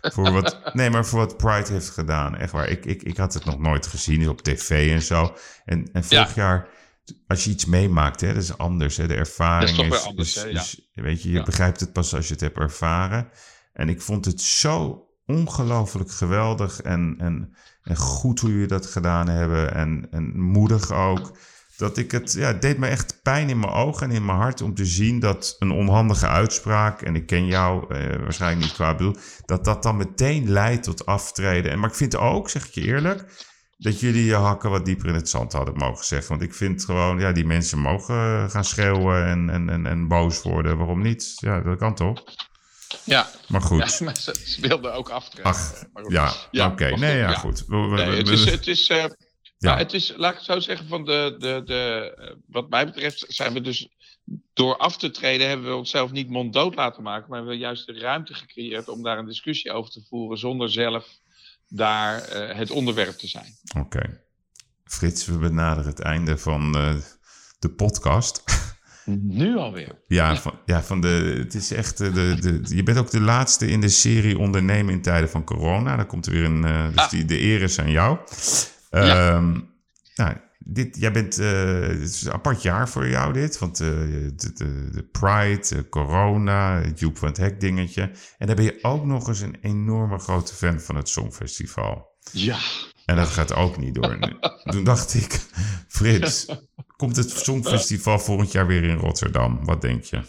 voor wat, nee, maar voor wat Pride heeft gedaan. Echt waar. Ik, ik, ik had het nog nooit gezien op tv en zo. En, en vorig ja. jaar, als je iets meemaakt, hè, dat is anders. Hè. De ervaring dat is toch is, weer anders. is, Hè? Ja. is, weet je, je ja. begrijpt het pas als je het hebt ervaren. En ik vond het zo ongelooflijk geweldig en, en, en goed hoe jullie dat gedaan hebben. En, en moedig ook. Dat ik het, ja, het deed me echt pijn in mijn ogen en in mijn hart om te zien dat een onhandige uitspraak, en ik ken jou eh, waarschijnlijk niet kwaad bedoel, dat dat dan meteen leidt tot aftreden. En, maar ik vind ook, zeg ik je eerlijk, dat jullie je hakken wat dieper in het zand hadden mogen zeggen. Want ik vind gewoon, ja, die mensen mogen gaan schreeuwen en, en, en, en boos worden. Waarom niet? Ja, dat kan toch? Ja, maar goed. Ja, maar ze, ze wilden ook aftreden. Ach, ja, ja oké. Okay. Nee, ja, ja, goed. We, we, nee, het is... Het is uh, Ja. Maar het is, laat ik het zo zeggen, van de, de, de, wat mij betreft zijn we dus door af te treden hebben we onszelf niet monddood laten maken, maar we hebben juist de ruimte gecreëerd om daar een discussie over te voeren zonder zelf daar uh, het onderwerp te zijn. Oké. Okay. Frits, we benaderen het einde van uh, de podcast. Nu alweer? Ja, van, ja van de, het is echt, de, de, de, je bent ook de laatste in de serie Ondernemen in tijden van corona. Daar komt er weer een, uh, dus ah. die, de eer is aan jou. Ja. Um, nou, dit, jij bent, uh, het is een apart jaar voor jou dit, want uh, de, de, de Pride, uh, corona, het Joep van het Hek dingetje. En dan ben je ook nog eens een enorme grote fan van het Songfestival. Ja. En dat gaat ook niet door. Toen dacht ik, Frits, komt het Songfestival volgend jaar weer in Rotterdam? Wat denk je?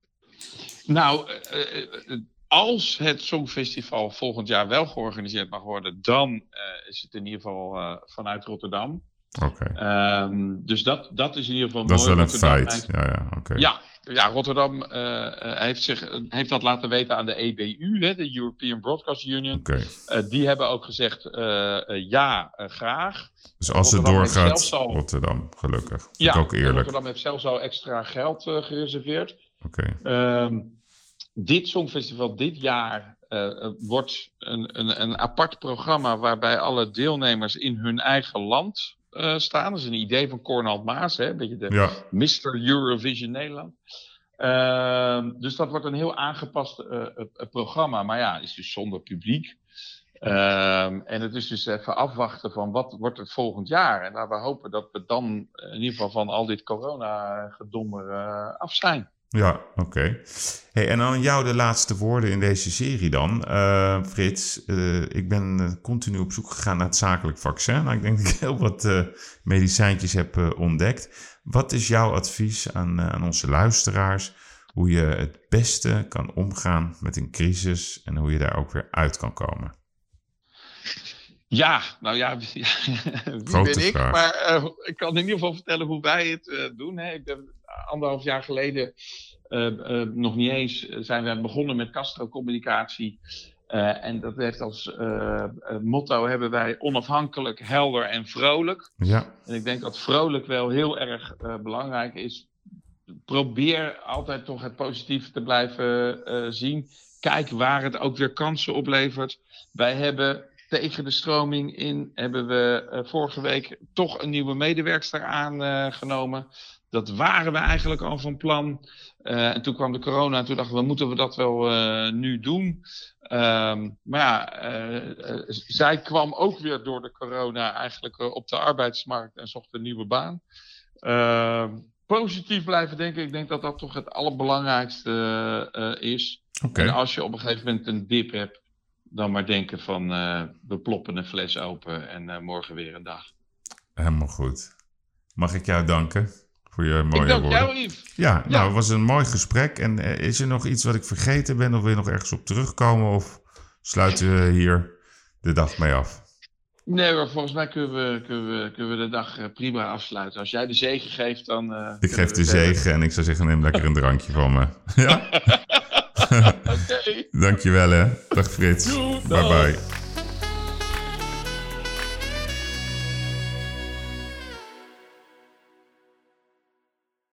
Nou, uh, uh, als het Songfestival volgend jaar wel georganiseerd mag worden, dan uh, is het in ieder geval uh, vanuit Rotterdam. Oké. Okay. Um, dus dat, dat is in ieder geval dat mooi. Dat is wel een feit. Heeft, ja, ja, okay. ja, ja, Rotterdam uh, heeft, zich, heeft dat laten weten aan de E B U, hè, de European Broadcast Union. Okay. Uh, die hebben ook gezegd, uh, uh, ja, uh, graag. Dus als Rotterdam het doorgaat, al, Rotterdam, gelukkig. Ja, ook eerlijk. Rotterdam heeft zelfs al extra geld uh, gereserveerd. Oké. Okay. Um, Dit Songfestival dit jaar uh, wordt een, een, een apart programma waarbij alle deelnemers in hun eigen land uh, staan. Dat is een idee van Cornald Maas, hè? Een beetje de ja. mister Eurovision Nederland. Uh, dus dat wordt een heel aangepast uh, uh, programma, maar ja, het is dus zonder publiek. Uh, en het is dus even afwachten van wat wordt het volgend jaar. En laten we hopen dat we dan in ieder geval van al dit corona-gedommer uh, af zijn. Ja, oké. Okay. Hey, en dan jou de laatste woorden in deze serie dan. Uh, Frits, uh, ik ben continu op zoek gegaan naar het zakelijk vaccin. Nou, ik denk dat ik heel wat uh, medicijntjes heb uh, ontdekt. Wat is jouw advies aan, uh, aan onze luisteraars? Hoe je het beste kan omgaan met een crisis en hoe je daar ook weer uit kan komen? Ja, nou ja, wie Grote ben ik? vraag. Maar uh, ik kan in ieder geval vertellen hoe wij het uh, doen. Hè. Ik ben anderhalf jaar geleden, uh, uh, nog niet eens, zijn we begonnen met Castro-communicatie. Uh, en dat heeft als uh, motto hebben wij onafhankelijk, helder en vrolijk. Ja. En ik denk dat vrolijk wel heel erg uh, belangrijk is. Probeer altijd toch het positieve te blijven uh, zien. Kijk waar het ook weer kansen oplevert. Wij hebben tegen de stroming in, hebben we uh, vorige week toch een nieuwe medewerkster aangenomen. Uh, dat waren we eigenlijk al van plan. Uh, en toen kwam de corona en toen dachten we, moeten we dat wel uh, nu doen? Um, maar ja, uh, uh, zij kwam ook weer door de corona eigenlijk uh, op de arbeidsmarkt en zocht een nieuwe baan. Uh, positief blijven denken, ik denk dat dat toch het allerbelangrijkste uh, is. Okay. En als je op een gegeven moment een dip hebt, dan maar denken van uh, we ploppen een fles open en uh, morgen weer een dag. Helemaal goed. Mag ik jou danken voor je mooie woorden? Ik dank jou, Yves. Ja, nou, ja, het was een mooi gesprek. En uh, is er nog iets wat ik vergeten ben of wil je nog ergens op terugkomen? Of sluiten we hier de dag mee af? Nee hoor, volgens mij kunnen we, kunnen we, kunnen we de dag uh, prima afsluiten. Als jij de zegen geeft, dan... Uh, ik geef de zegen en ik zou zeggen, neem lekker een drankje van me. Ja? Oké. Okay. Dankjewel hè. Dag Frits. Doei, bye bye.